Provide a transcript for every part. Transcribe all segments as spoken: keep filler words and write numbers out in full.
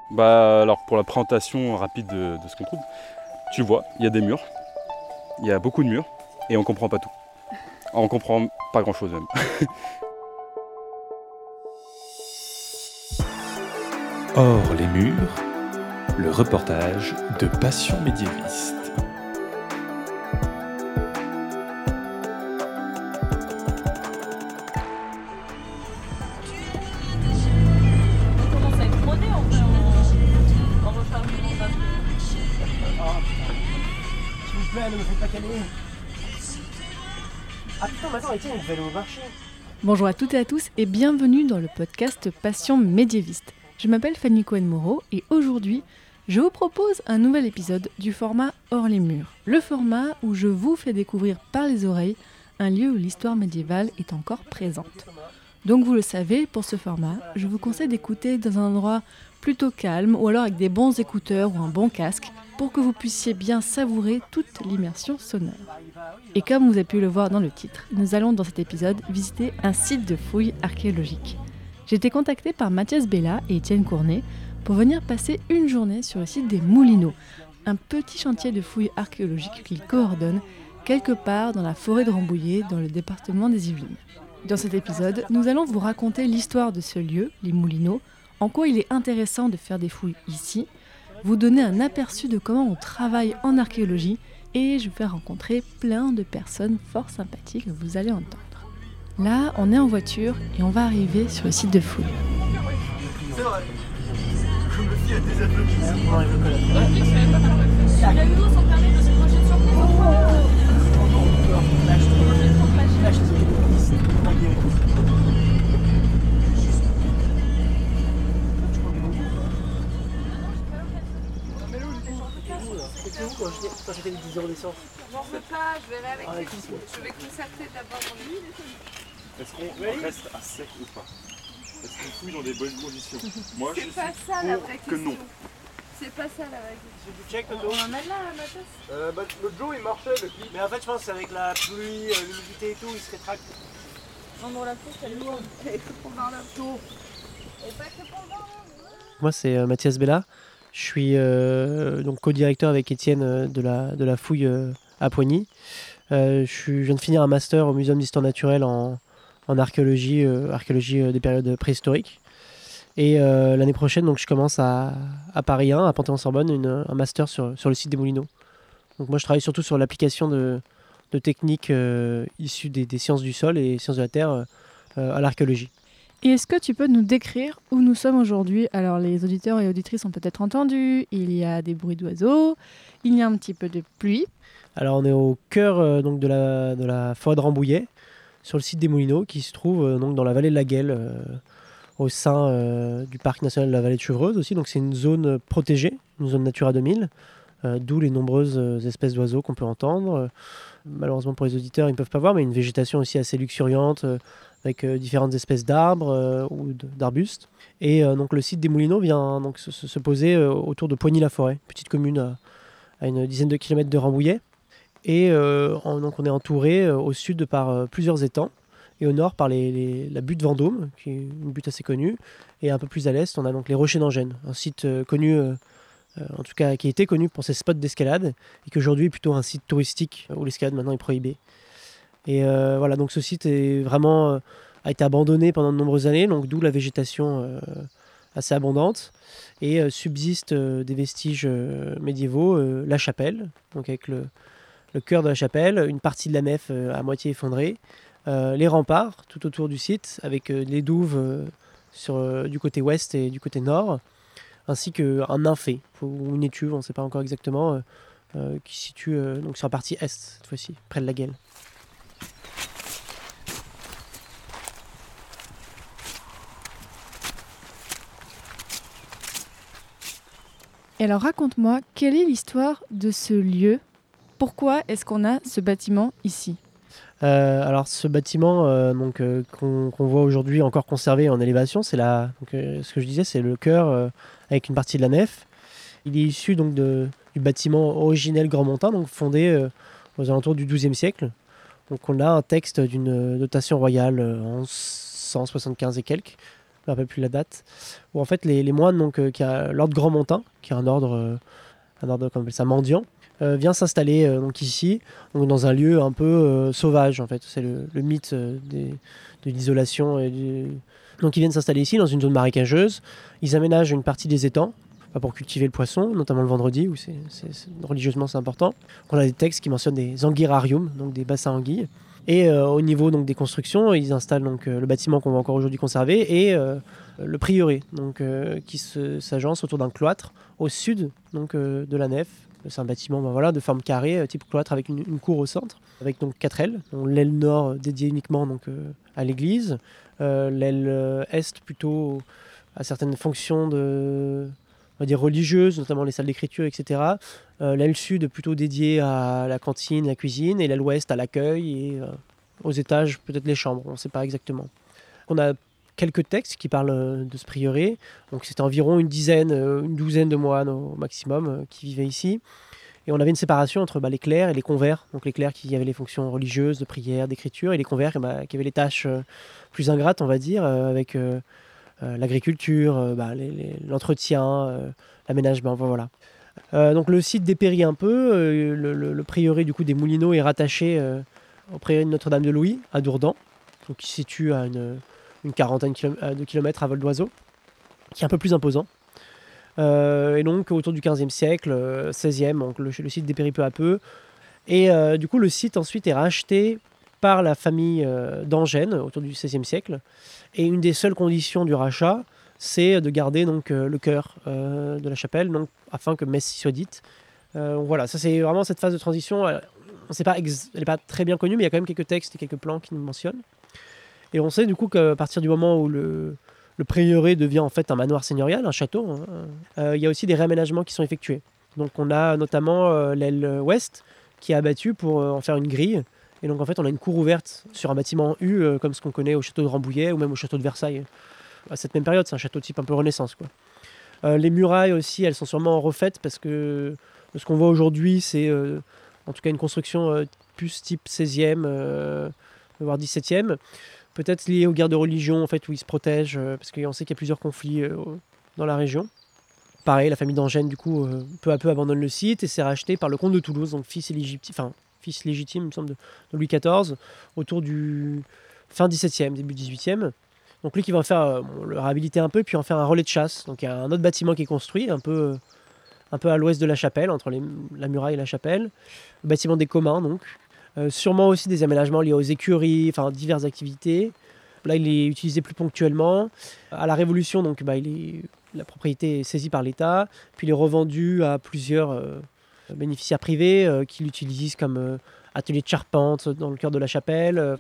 Bah alors pour la présentation rapide de, de ce qu'on trouve, tu vois, il y a des murs, il y a beaucoup de murs, et on comprend pas tout. On comprend pas grand chose même. Hors les murs, le reportage de Passion médiéviste. Ne me faites pas caler. Ah putain, mais attends, Étienne, il devait aller au marché. Bonjour à toutes et à tous et bienvenue dans le podcast Passion médiéviste. Je m'appelle Fanny Cohen-Moreau et aujourd'hui, je vous propose un nouvel épisode du format Hors les murs. Le format où je vous fais découvrir par les oreilles un lieu où l'histoire médiévale est encore présente. Donc vous le savez, pour ce format, je vous conseille d'écouter dans un endroit plutôt calme ou alors avec des bons écouteurs ou un bon casque pour que vous puissiez bien savourer toute l'immersion sonore. Et comme vous avez pu le voir dans le titre, nous allons dans cet épisode visiter un site de fouilles archéologiques. J'ai été contactée par Mathias Bella et Étienne Cournet pour venir passer une journée sur le site des Moulineaux, un petit chantier de fouilles archéologiques qu'ils coordonnent quelque part dans la forêt de Rambouillet, dans le département des Yvelines. Dans cet épisode, nous allons vous raconter l'histoire de ce lieu, les Moulineaux, en quoi il est intéressant de faire des fouilles ici, vous donner un aperçu de comment on travaille en archéologie et je vais faire rencontrer plein de personnes fort sympathiques que vous allez entendre. Là, on est en voiture et on va arriver sur le site de fouilles. C'est vrai. Je me fie à tes applaudissements. Non, il veut pas la La vidéo sans permis de se projeter sur C'était où quand j'étais- quand j'étais dix euros d'essence? J'en veux pas, je verrai avec Ah, les écoute, filles. Je vais concerter d'abord mon huile. Est-ce qu'on reste à sec ou pas? Est-ce qu'on fouille dans des bonnes conditions? Moi je C'est suis pas ça la pour vraie que question. non. C'est pas ça la vraie question. C'est du check On le dos. en a là à ma tasse. Euh, bah, l'autre jour il marchait le clip. Mais en fait, je pense qu'avec la pluie, euh, l'humidité et tout, il se rétracte. Non, bon, la pousse, elle est lourde. Elle est que pour voir la peau. Et pas que pour voir la Moi, c'est euh, Mathias Bella. Je suis euh, donc co-directeur avec Étienne euh, de, la, de la fouille euh, à Poigny. Euh, je, suis- je viens de finir un master au Muséum d'histoire naturelle en, en archéologie, euh, archéologie euh, des périodes préhistoriques. Et euh, l'année prochaine, donc, je commence à, à Paris un, à Panthéon-Sorbonne, une- un master sur, sur le site des Moulineaux. Donc moi, je travaille surtout sur l'application de, de techniques euh, issues des, des sciences du sol et sciences de la terre euh, euh, à l'archéologie. Et est-ce que tu peux nous décrire où nous sommes aujourd'hui? Alors les auditeurs et auditrices ont peut-être entendu, il y a des bruits d'oiseaux, il y a un petit peu de pluie. Alors on est au cœur euh, donc de la, de la forêt de Rambouillet, sur le site des Moulineaux, qui se trouve euh, donc dans la vallée de la Guêle, euh, au sein euh, du parc national de la vallée de Chevreuse aussi. Donc c'est une zone protégée, une zone Natura deux mille, euh, d'où les nombreuses euh, espèces d'oiseaux qu'on peut entendre. Euh, malheureusement pour les auditeurs, ils ne peuvent pas voir, mais une végétation aussi assez luxuriante, euh, avec euh, différentes espèces d'arbres euh, ou d- d'arbustes. Et euh, donc le site des Moulineaux vient donc se, se- se poser euh, autour de Poigny-la-Forêt, petite commune à, à une dizaine de kilomètres de Rambouillet. Et euh, en- donc on est entouré euh, au sud par euh, plusieurs étangs et au nord par les, les- la butte Vendôme, qui est une butte assez connue. Et un peu plus à l'est, on a donc les Rochers d'Angennes, un site euh, connu, euh, euh, en tout cas qui a été connu pour ses spots d'escalade et qui aujourd'hui est plutôt un site touristique où l'escalade maintenant est prohibée. Et euh, voilà, donc ce site est vraiment, euh, a été abandonné pendant de nombreuses années, donc d'où la végétation euh, assez abondante. Et euh, subsistent euh, des vestiges euh, médiévaux, euh, la chapelle, donc avec le, le cœur de la chapelle, une partie de la nef euh, à moitié effondrée, euh, les remparts tout autour du site, avec euh, les douves euh, sur, euh, du côté ouest et du côté nord, ainsi qu'un nymphée, ou une étuve, on ne sait pas encore exactement, euh, euh, qui se situe euh, donc sur la partie est cette fois-ci, près de la Guêle. Et alors raconte-moi, quelle est l'histoire de ce lieu? Pourquoi est-ce qu'on a ce bâtiment ici? Euh, alors ce bâtiment euh, donc, euh, qu'on, qu'on voit aujourd'hui encore conservé en élévation, c'est la, donc, euh, ce que je disais, c'est le chœur euh, avec une partie de la nef. Il est issu donc, de, du bâtiment originel Grandmontin, donc fondé euh, aux alentours du douzième siècle. Donc on a un texte d'une dotation royale euh, en cent soixante-quinze et quelques, je ne me rappelle plus la date, où en fait les, les moines, donc, euh, qui a l'ordre Grand-Montin, qui est un ordre, euh, un ordre comme on appelle ça, mendiant, euh, vient s'installer euh, donc ici, donc dans un lieu un peu euh, sauvage en fait. C'est le, le mythe euh, des, de l'isolation. Et du... Donc ils viennent s'installer ici, dans une zone marécageuse. Ils aménagent une partie des étangs pour cultiver le poisson, notamment le vendredi, où c'est, c'est, c'est, religieusement c'est important. On a des textes qui mentionnent des anguirariums, donc des bassins anguilles. Et euh, au niveau donc, des constructions, ils installent donc, euh, le bâtiment qu'on va encore aujourd'hui conserver et euh, le prieuré, donc, euh, qui se, s'agence autour d'un cloître au sud donc, euh, de la nef. C'est un bâtiment ben, voilà, de forme carrée, euh, type cloître, avec une, une cour au centre, avec donc, quatre ailes. Donc, l'aile nord dédiée uniquement donc, euh, à l'église, euh, l'aile euh, est plutôt à certaines fonctions de... on va dire religieuses, notamment les salles d'écriture, et cetera. Euh, l'aile sud plutôt dédiée à la cantine, la cuisine, et l'aile ouest à l'accueil et euh, aux étages peut-être les chambres, on ne sait pas exactement. On a quelques textes qui parlent de ce prieuré, donc c'était environ une dizaine, une douzaine de moines au maximum euh, qui vivaient ici. Et on avait une séparation entre bah, les clercs et les convers, donc les clercs qui avaient les fonctions religieuses, de prière, d'écriture, et les convers bah, qui avaient les tâches euh, plus ingrates, on va dire, euh, avec... Euh, Euh, l'agriculture, euh, bah, les, les, l'entretien, euh, l'aménagement, voilà. Euh, donc le site dépérit un peu, euh, le, le, le prieuré du coup des Moulineaux est rattaché euh, au prieuré de Notre-Dame de Louis, à Dourdan, donc qui se situe à une, une quarantaine de kilomètres à vol d'oiseau, qui est un peu plus imposant. Euh, et donc autour du quinzième siècle, euh, seizième, donc le, le site dépérit peu à peu. Et euh, du coup le site ensuite est racheté par la famille euh, d'Angène autour du seizième siècle. Et une des seules conditions du rachat, c'est de garder donc, euh, le chœur euh, de la chapelle, donc, afin que messe y soit dite. Euh, voilà, ça c'est vraiment cette phase de transition. Elle n'est pas très bien connue, mais il y a quand même quelques textes et quelques plans qui nous mentionnent. Et on sait du coup qu'à partir du moment où le, le prieuré devient en fait un manoir seigneurial, un château, hein, euh, il y a aussi des réaménagements qui sont effectués. Donc on a notamment euh, l'aile ouest qui est abattue pour euh, en faire une grille. Et donc en fait on a une cour ouverte sur un bâtiment U euh, comme ce qu'on connaît au château de Rambouillet ou même au château de Versailles. À cette même période, c'est un château type un peu Renaissance, quoi. Euh, les murailles aussi, elles sont sûrement refaites parce que ce qu'on voit aujourd'hui, c'est euh, en tout cas une construction euh, plus type seizième, euh, voire dix-septième. Peut-être liée aux guerres de religion en fait, où ils se protègent, euh, parce qu'on sait qu'il y a plusieurs conflits euh, dans la région. Pareil, la famille d'Angène, du coup, euh, peu à peu abandonne le site et c'est racheté par le comte de Toulouse, donc fils et légitime, enfin, fils légitime, il me semble, de, de Louis quatorze, autour du fin dix-septième, début dix-huitième. Donc lui qui va en faire, euh, bon, le réhabiliter un peu, puis en faire un relais de chasse. Donc il y a un autre bâtiment qui est construit, un peu, un peu à l'ouest de la chapelle, entre les, la muraille et la chapelle. Le bâtiment des communs, donc. Euh, sûrement aussi des aménagements liés aux écuries, enfin diverses activités. Là, il est utilisé plus ponctuellement. À la Révolution, donc, bah, il est, la propriété est saisie par l'État, puis il est revendu à plusieurs euh, bénéficiaires privés euh, qui l'utilisent comme euh, atelier de charpente dans le cœur de la chapelle. Euh.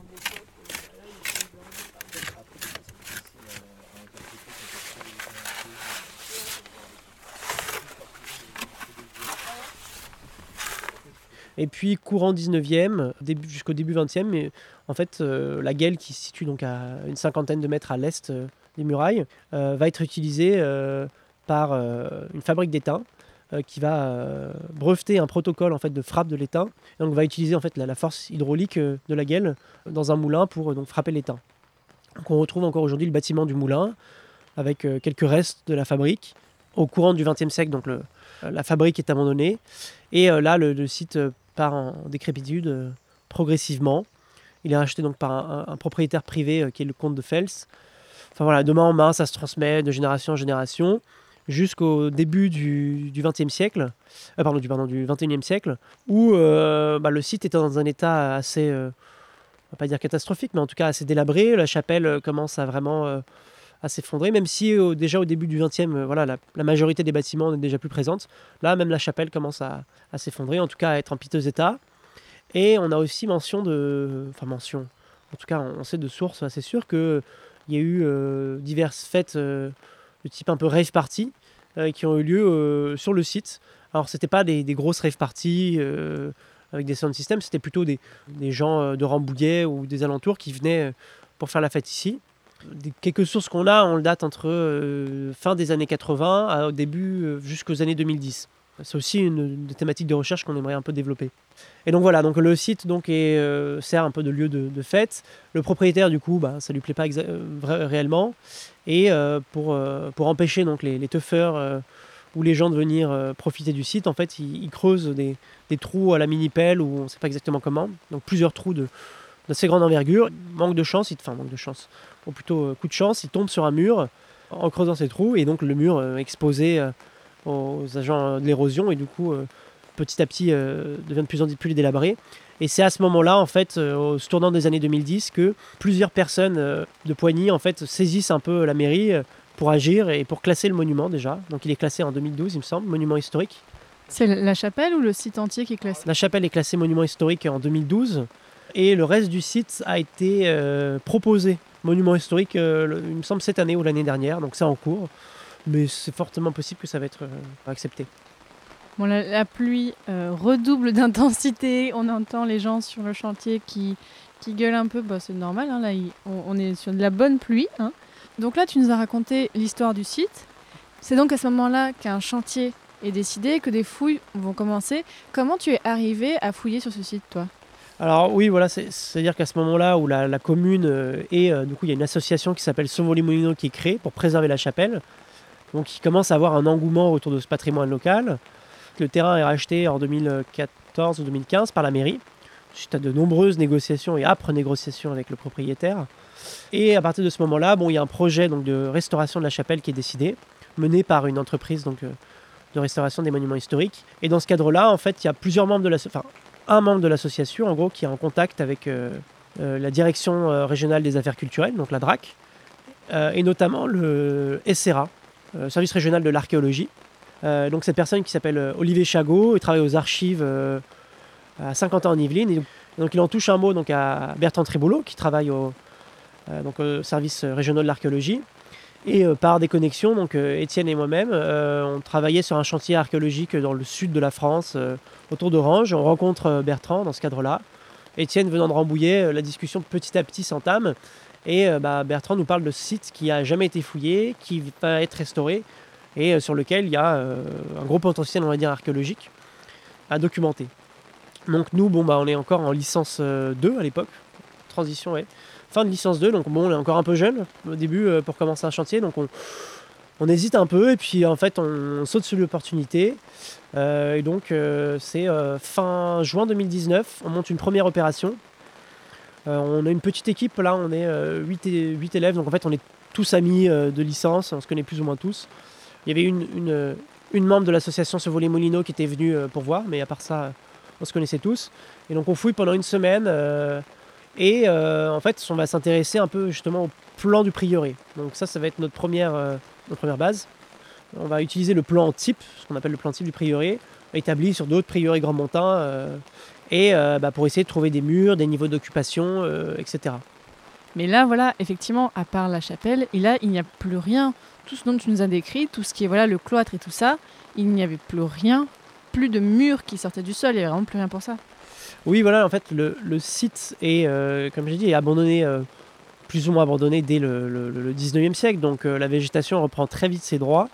Et puis courant dix-neuvième, début, jusqu'au début vingtième, et, en fait, euh, la Gueule, qui se situe donc à une cinquantaine de mètres à l'est euh, des murailles, euh, va être utilisée euh, par euh, une fabrique d'étain euh, qui va euh, breveter un protocole en fait, de frappe de l'étain. Et donc va utiliser en fait, la, la force hydraulique euh, de la Gueule dans un moulin pour euh, donc, frapper l'étain. Donc on retrouve encore aujourd'hui le bâtiment du moulin avec euh, quelques restes de la fabrique. Au courant du vingtième siècle, donc le, la fabrique est abandonnée. Et euh, là, le, le site euh, part en décrépitude euh, progressivement. Il est racheté donc par un, un, un propriétaire privé euh, qui est le comte de Fels. Enfin voilà, de main en main, ça se transmet de génération en génération jusqu'au début du vingtième siècle, euh, pardon, du, pardon, du vingt et unième siècle, où euh, bah, le site était dans un état assez, euh, on va pas dire catastrophique, mais en tout cas assez délabré. La chapelle euh, commence à vraiment euh, à s'effondrer, même si euh, déjà au début du vingtième, euh, voilà, la, la majorité des bâtiments n'est déjà plus présente. Là, même la chapelle commence à, à s'effondrer, en tout cas à être en piteux état. Et on a aussi mention de... Enfin, mention. En tout cas, on sait de sources assez sûres qu'il y a eu euh, diverses fêtes euh, de type un peu rave party euh, qui ont eu lieu euh, sur le site. Alors, c'était pas des, des grosses rave parties euh, avec des sound systems, c'était plutôt des, des gens euh, de Rambouillet ou des alentours qui venaient pour faire la fête ici. Des, quelques sources qu'on a, on le date entre euh, fin des années quatre-vingts à, au début euh, jusqu'aux années deux mille dix. C'est aussi une, une des thématiques de recherche qu'on aimerait un peu développer. Et donc voilà, donc le site donc, est, euh, sert un peu de lieu de, de fête. Le propriétaire, du coup, bah, ça ne lui plaît pas exa- euh, vra- réellement. Et euh, pour, euh, pour empêcher donc, les, les teufeurs euh, ou les gens de venir euh, profiter du site, en fait, ils, ils creusent des, des trous à la mini-pelle, ou on ne sait pas exactement comment. Donc plusieurs trous de, d'assez grande envergure. Manque de chance, il, enfin manque de chance, ou plutôt euh, coup de chance, il tombe sur un mur en creusant ces trous. Et donc le mur euh, exposé euh, aux agents de l'érosion, et du coup... Euh, petit à petit euh, devient de plus en plus délabré. Et c'est à ce moment-là, en fait, euh, au se tournant des années deux mille dix, que plusieurs personnes euh, de Poigny, en fait, saisissent un peu la mairie euh, pour agir et pour classer le monument déjà. Donc il est classé en deux mille douze, il me semble, monument historique. C'est la chapelle ou le site entier qui est classé? La chapelle est classée monument historique en deux mille douze et le reste du site a été euh, proposé monument historique, euh, le, il me semble, cette année ou l'année dernière. Donc c'est en cours, mais c'est fortement possible que ça va être euh, accepté. Bon, la, la pluie euh, redouble d'intensité, on entend les gens sur le chantier qui, qui gueulent un peu, bah, c'est normal, hein, là il, on, on est sur de la bonne pluie. Hein. Donc là tu nous as raconté l'histoire du site, c'est donc à ce moment-là qu'un chantier est décidé, que des fouilles vont commencer. Comment tu es arrivé à fouiller sur ce site, toi? Alors oui, voilà, c'est, c'est-à-dire qu'à ce moment-là où la, la commune euh, et euh, du coup il y a une association qui s'appelle Sauvons-les-Moulineaux qui est créée pour préserver la chapelle, donc il commence à avoir un engouement autour de ce patrimoine local. Le terrain est racheté en deux mille quatorze ou deux mille quinze par la mairie, suite à de nombreuses négociations et âpres négociations avec le propriétaire. Et à partir de ce moment-là, bon, il y a un projet donc, de restauration de la chapelle qui est décidé, mené par une entreprise donc, de restauration des monuments historiques. Et dans ce cadre-là, en fait, il y a plusieurs membres de l'association, enfin, un membre de l'association, en gros, qui est en contact avec euh, euh, la direction euh, régionale des affaires culturelles, donc la D R A C, euh, et notamment le S R A, euh, service régional de l'archéologie. Euh, donc cette personne qui s'appelle euh, Olivier Chagot, il travaille aux archives euh, à Saint-Quentin en Yvelines. Et donc, et donc il en touche un mot donc, à Bertrand Tréboulot qui travaille au, euh, donc, au service régional de l'archéologie. Et euh, par des connexions, donc euh, Étienne et moi-même, euh, on travaillait sur un chantier archéologique dans le sud de la France, euh, autour d'Orange. On rencontre euh, Bertrand dans ce cadre-là. Étienne venant de Rambouillet, euh, la discussion petit à petit s'entame. Et euh, bah, Bertrand nous parle de ce site qui n'a jamais été fouillé, qui va être restauré, et euh, sur lequel il y a euh, un gros potentiel, on va dire, archéologique à documenter. Donc nous, bon, bah, on est encore en licence euh, deux à l'époque, transition, ouais. Fin de licence deux, donc bon, on est encore un peu jeune au début euh, pour commencer un chantier, donc on, on hésite un peu, et puis en fait, on, on saute sur l'opportunité. Euh, et donc, euh, c'est euh, fin juin deux mille dix-neuf, on monte une première opération. Euh, on a une petite équipe, là, on est euh, huit élèves, donc en fait, on est tous amis euh, de licence, on se connaît plus ou moins tous. Il y avait une, une, une membre de l'association Sauvons-les-Moulineaux qui était venue pour voir, mais à part ça, on se connaissait tous. Et donc on fouille pendant une semaine, euh, et euh, en fait on va s'intéresser un peu justement au plan du prieuré. Donc ça, ça va être notre première, euh, notre première base. On va utiliser le plan type, ce qu'on appelle le plan type du prieuré, établi sur d'autres prieurés grands montants, euh, et euh, bah, pour essayer de trouver des murs, des niveaux d'occupation, euh, et cetera. Mais là, voilà, effectivement, à part la chapelle, et là, il n'y a plus rien. Tout ce dont tu nous as décrit, tout ce qui est voilà, le cloître et tout ça, il n'y avait plus rien, plus de murs qui sortaient du sol, il n'y avait vraiment plus rien pour ça. Oui, voilà, en fait, le, le site est, euh, comme j'ai dit, est abandonné, euh, plus ou moins abandonné dès le, le, le dix-neuvième siècle, donc euh, la végétation reprend très vite ses droits,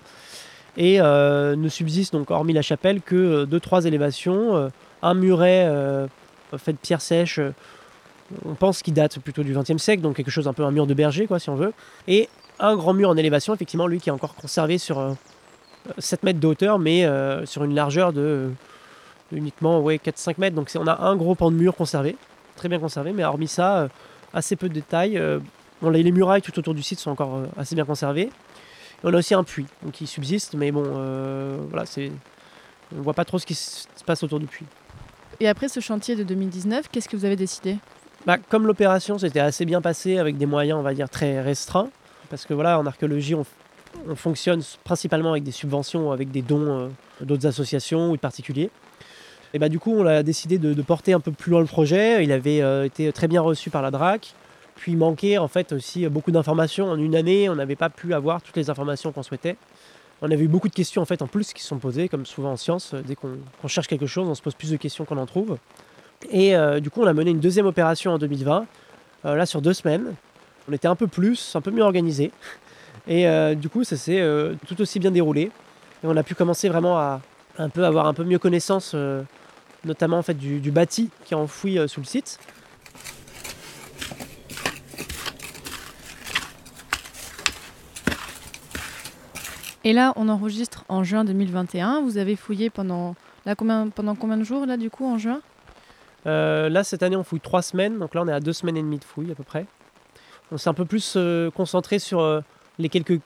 et euh, ne subsiste donc, hormis la chapelle, que euh, deux, trois élévations, euh, un muret euh, fait de pierre sèche, euh, on pense qu'il date plutôt du vingtième siècle, donc quelque chose un peu un mur de berger, quoi, si on veut, et un grand mur en élévation, effectivement, lui qui est encore conservé sur euh, sept mètres de hauteur, mais euh, sur une largeur de euh, uniquement ouais, quatre à cinq mètres. Donc c'est, on a un gros pan de mur conservé, très bien conservé, mais hormis ça, euh, assez peu de détails. Euh, bon, les, les murailles tout autour du site sont encore euh, assez bien conservées. Et on a aussi un puits donc, qui subsiste, mais bon, euh, voilà, c'est, on ne voit pas trop ce qui se passe autour du puits. Et après ce chantier de deux mille dix-neuf, qu'est-ce que vous avez décidé? Bah, comme l'opération s'était assez bien passée avec des moyens, on va dire, très restreints, parce que voilà, en archéologie, on, on fonctionne principalement avec des subventions, avec des dons euh, d'autres associations ou de particuliers. Et bah, du coup, on a décidé de, de porter un peu plus loin le projet. Il avait euh, été très bien reçu par la D R A C. Puis il manquait en fait aussi beaucoup d'informations. En une année, on n'avait pas pu avoir toutes les informations qu'on souhaitait. On avait eu beaucoup de questions en fait en plus qui se sont posées, comme souvent en science. Dès qu'on, qu'on cherche quelque chose, on se pose plus de questions qu'on en trouve. Et euh, du coup, on a mené une deuxième opération en deux mille vingt, euh, là sur deux semaines. On était un peu plus, un peu mieux organisé. Et euh, du coup, ça s'est euh, tout aussi bien déroulé. Et on a pu commencer vraiment à, un peu avoir un peu mieux connaissance, euh, notamment en fait, du, du bâti qui est enfoui euh, sous le site. Et là, on enregistre en juin deux mille vingt et un. Vous avez fouillé pendant, là, combien, pendant combien de jours, là, du coup, en juin ? Euh, là, cette année, on fouille trois semaines. Donc là, on est à deux semaines et demie de fouille, à peu près. On s'est un peu plus euh, concentré sur euh, les quelques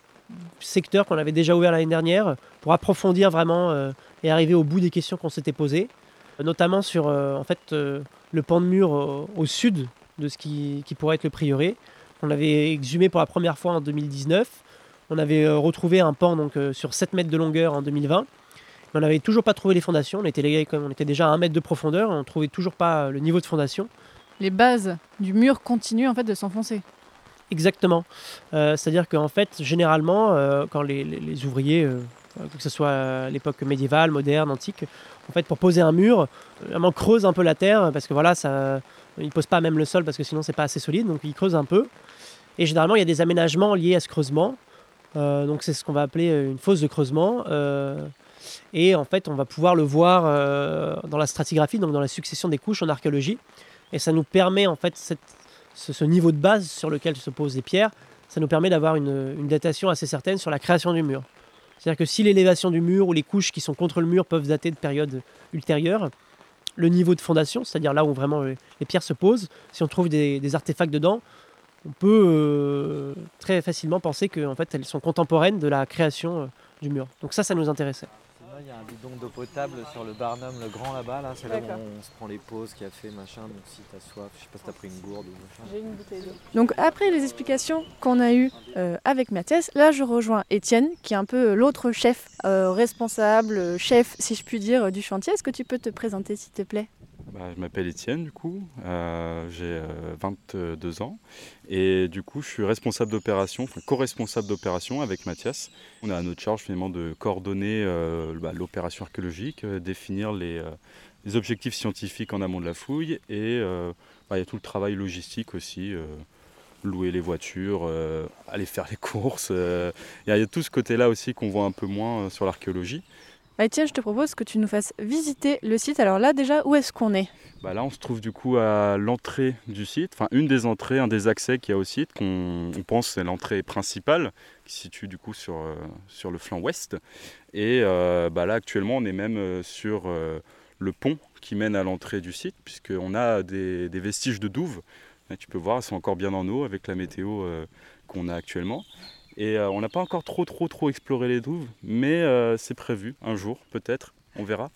secteurs qu'on avait déjà ouverts l'année dernière pour approfondir vraiment euh, et arriver au bout des questions qu'on s'était posées. Euh, notamment sur euh, en fait, euh, le pan de mur au, au sud de ce qui, qui pourrait être le prieuré. On l'avait exhumé pour la première fois en deux mille dix-neuf. On avait euh, retrouvé un pan donc, euh, sur sept mètres de longueur en deux mille vingt. Mais on n'avait toujours pas trouvé les fondations. On était, les, on était déjà à un mètre de profondeur. On ne trouvait toujours pas le niveau de fondation. Les bases du mur continuent en fait de s'enfoncer. Exactement. Euh, c'est-à-dire qu'en fait, généralement, euh, quand les, les, les ouvriers, euh, que ce soit à l'époque médiévale, moderne, antique, en fait, pour poser un mur, vraiment creusent un peu la terre parce que voilà, ça, ils ne posent pas même le sol parce que sinon c'est pas assez solide. Donc ils creusent un peu. Et généralement, il y a des aménagements liés à ce creusement. Euh, donc c'est ce qu'on va appeler une fosse de creusement. Euh, et en fait, on va pouvoir le voir euh, dans la stratigraphie, donc dans la succession des couches en archéologie. Et ça nous permet en fait cette, ce, ce niveau de base sur lequel se posent les pierres, ça nous permet d'avoir une, une datation assez certaine sur la création du mur. C'est-à-dire que si l'élévation du mur ou les couches qui sont contre le mur peuvent dater de périodes ultérieures, le niveau de fondation, c'est-à-dire là où vraiment les, les pierres se posent, si on trouve des, des artefacts dedans, on peut euh, très facilement penser qu'en fait, elles sont contemporaines de la création euh, du mur. Donc ça, ça nous intéressait. Il y a un bidon d'eau potable sur le Barnum, le grand là-bas, là, c'est là où on se prend les pauses, café, machin, donc si t'as soif, je sais pas si t'as pris une gourde ou machin. J'ai une bouteille d'eau. Donc après les explications qu'on a eues euh, avec Mathias, là je rejoins Étienne, qui est un peu l'autre chef, euh, responsable, chef si je puis dire, du chantier. Est-ce que tu peux te présenter s'il te plaît ? Bah, je m'appelle Étienne, du coup, euh, j'ai euh, vingt-deux ans et du coup je suis responsable d'opération, enfin co-responsable d'opération avec Mathias. On a à notre charge finalement de coordonner euh, bah, l'opération archéologique, euh, définir les, euh, les objectifs scientifiques en amont de la fouille et euh, bah, il y a tout le travail logistique aussi, euh, louer les voitures, euh, aller faire les courses. Euh, il y a, il y a tout ce côté-là aussi qu'on voit un peu moins euh, sur l'archéologie. Bah tiens, je te propose que tu nous fasses visiter le site. Alors là déjà, où est-ce qu'on est ? Bah là, on se trouve du coup à l'entrée du site, enfin une des entrées, un des accès qu'il y a au site, qu'on on pense c'est l'entrée principale, qui se situe du coup sur, euh, sur le flanc ouest. Et euh, bah là, actuellement, on est même euh, sur euh, le pont qui mène à l'entrée du site, puisqu'on a des, des vestiges de douves. Là, tu peux voir, elles sont encore bien en eau avec la météo euh, qu'on a actuellement. Et euh, on n'a pas encore trop trop trop exploré les douves, mais euh, c'est prévu un jour peut-être, on verra.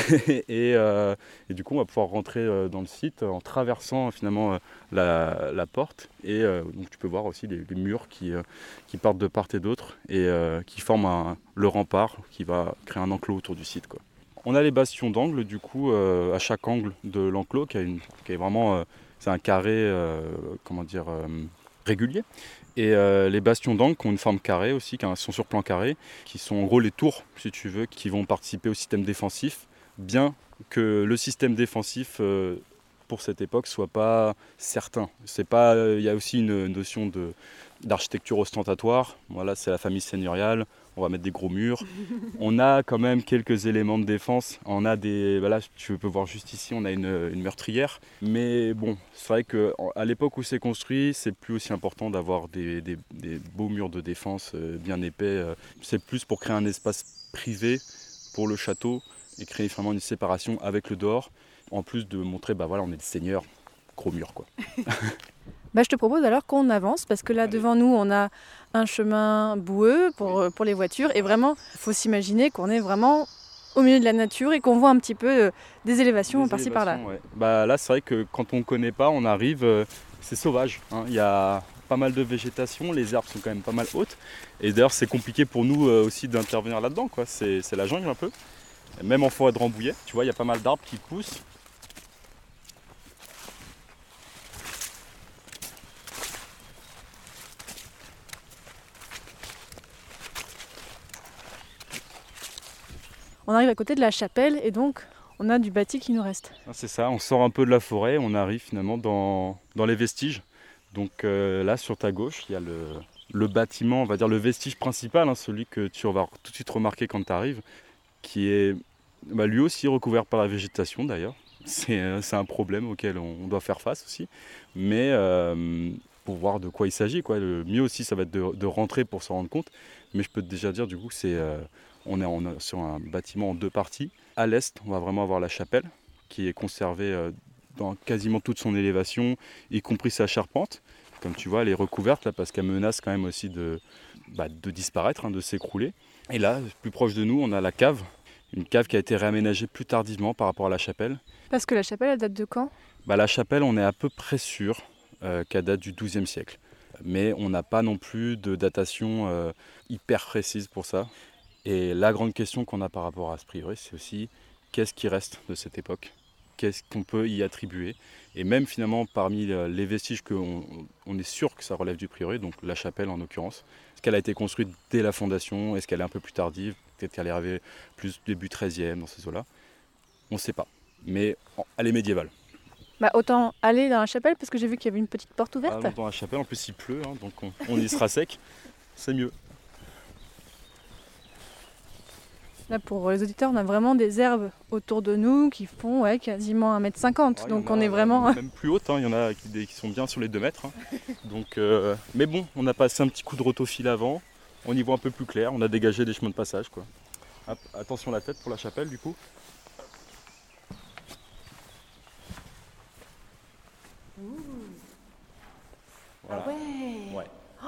et, euh, et du coup on va pouvoir rentrer euh, dans le site en traversant finalement euh, la, la porte. Et euh, donc tu peux voir aussi les, les murs qui, euh, qui partent de part et d'autre et euh, qui forment un, le rempart qui va créer un enclos autour du site, quoi. On a les bastions d'angle du coup euh, à chaque angle de l'enclos qui, a une, qui est vraiment, euh, c'est un carré, euh, comment dire, euh, régulier. Et euh, les bastions d'angle qui ont une forme carrée aussi, qui sont sur plan carré, qui sont en gros les tours, si tu veux, qui vont participer au système défensif, bien que le système défensif euh, pour cette époque soit pas certain. C'est pas, il y a aussi une notion de, d'architecture ostentatoire. Voilà, c'est la famille seigneuriale. On va mettre des gros murs. On a quand même quelques éléments de défense. On a des, voilà, tu peux voir juste ici, on a une, une meurtrière. Mais bon, c'est vrai qu'à l'époque où c'est construit, c'est plus aussi important d'avoir des, des, des beaux murs de défense euh, bien épais. Euh. C'est plus pour créer un espace privé pour le château et créer vraiment une séparation avec le dehors. En plus de montrer, bah voilà, on est des seigneurs, gros murs, quoi. Bah, je te propose alors qu'on avance, parce que là, Allez. devant nous, on a un chemin boueux pour, pour les voitures. Et vraiment, il faut s'imaginer qu'on est vraiment au milieu de la nature et qu'on voit un petit peu euh, des élévations Des par-ci par-là. élévations, ouais. Bah, là, c'est vrai que quand on ne connaît pas, on arrive, euh, c'est sauvage, hein. Il y a pas mal de végétation, les herbes sont quand même pas mal hautes. Et d'ailleurs, c'est compliqué pour nous euh, aussi d'intervenir là-dedans, quoi. C'est, c'est la jungle un peu. Même en forêt de Rambouillet, tu vois, il y a pas mal d'arbres qui poussent. On arrive à côté de la chapelle et donc on a du bâti qui nous reste. C'est ça, on sort un peu de la forêt, on arrive finalement dans, dans les vestiges. Donc euh, là, sur ta gauche, il y a le, le bâtiment, on va dire le vestige principal, hein, celui que tu vas tout de suite remarquer quand tu arrives. qui est bah, lui aussi recouvert par la végétation d'ailleurs. C'est, c'est un problème auquel on, on doit faire face aussi. Mais euh, pour voir de quoi il s'agit, quoi. Le mieux aussi, ça va être de, de rentrer pour s'en rendre compte. Mais je peux te déjà dire, du coup, c'est, euh, on est en, sur un bâtiment en deux parties. À l'est, on va vraiment avoir la chapelle, qui est conservée euh, dans quasiment toute son élévation, y compris sa charpente. Comme tu vois, elle est recouverte là, parce qu'elle menace quand même aussi de, bah, de disparaître, hein, de s'écrouler. Et là, plus proche de nous, on a la cave. Une cave qui a été réaménagée plus tardivement par rapport à la chapelle. Parce que la chapelle, elle date de quand ? Bah, la chapelle, on est à peu près sûr euh, qu'elle date du douzième siècle. Mais on n'a pas non plus de datation euh, hyper précise pour ça. Et la grande question qu'on a par rapport à ce prieuré, c'est aussi qu'est-ce qui reste de cette époque ? Qu'est-ce qu'on peut y attribuer ? Et même finalement, parmi les vestiges qu'on on est sûr que ça relève du prieuré, donc la chapelle en l'occurrence, est-ce qu'elle a été construite dès la fondation ? Est-ce qu'elle est un peu plus tardive ? Peut-être qu'elle est arrivée plus début treizième, dans ces eaux-là. On ne sait pas. Mais elle est médiévale. Bah autant aller dans la chapelle parce que j'ai vu qu'il y avait une petite porte ouverte. Ah, dans la chapelle, en plus il pleut, hein, donc on, on y sera sec. C'est mieux. Là, pour les auditeurs, on a vraiment des herbes autour de nous qui font ouais, quasiment un mètre cinquante. Ouais, donc a, on est vraiment... Même plus hautes, hein, il y en a qui, qui sont bien sur les deux mètres. Hein. Donc, euh, mais bon, on a passé un petit coup de rotofil avant. On y voit un peu plus clair. On a dégagé des chemins de passage, quoi. Hop, attention la tête pour la chapelle, du coup. Voilà. Ah ouais. Ouais. Oh,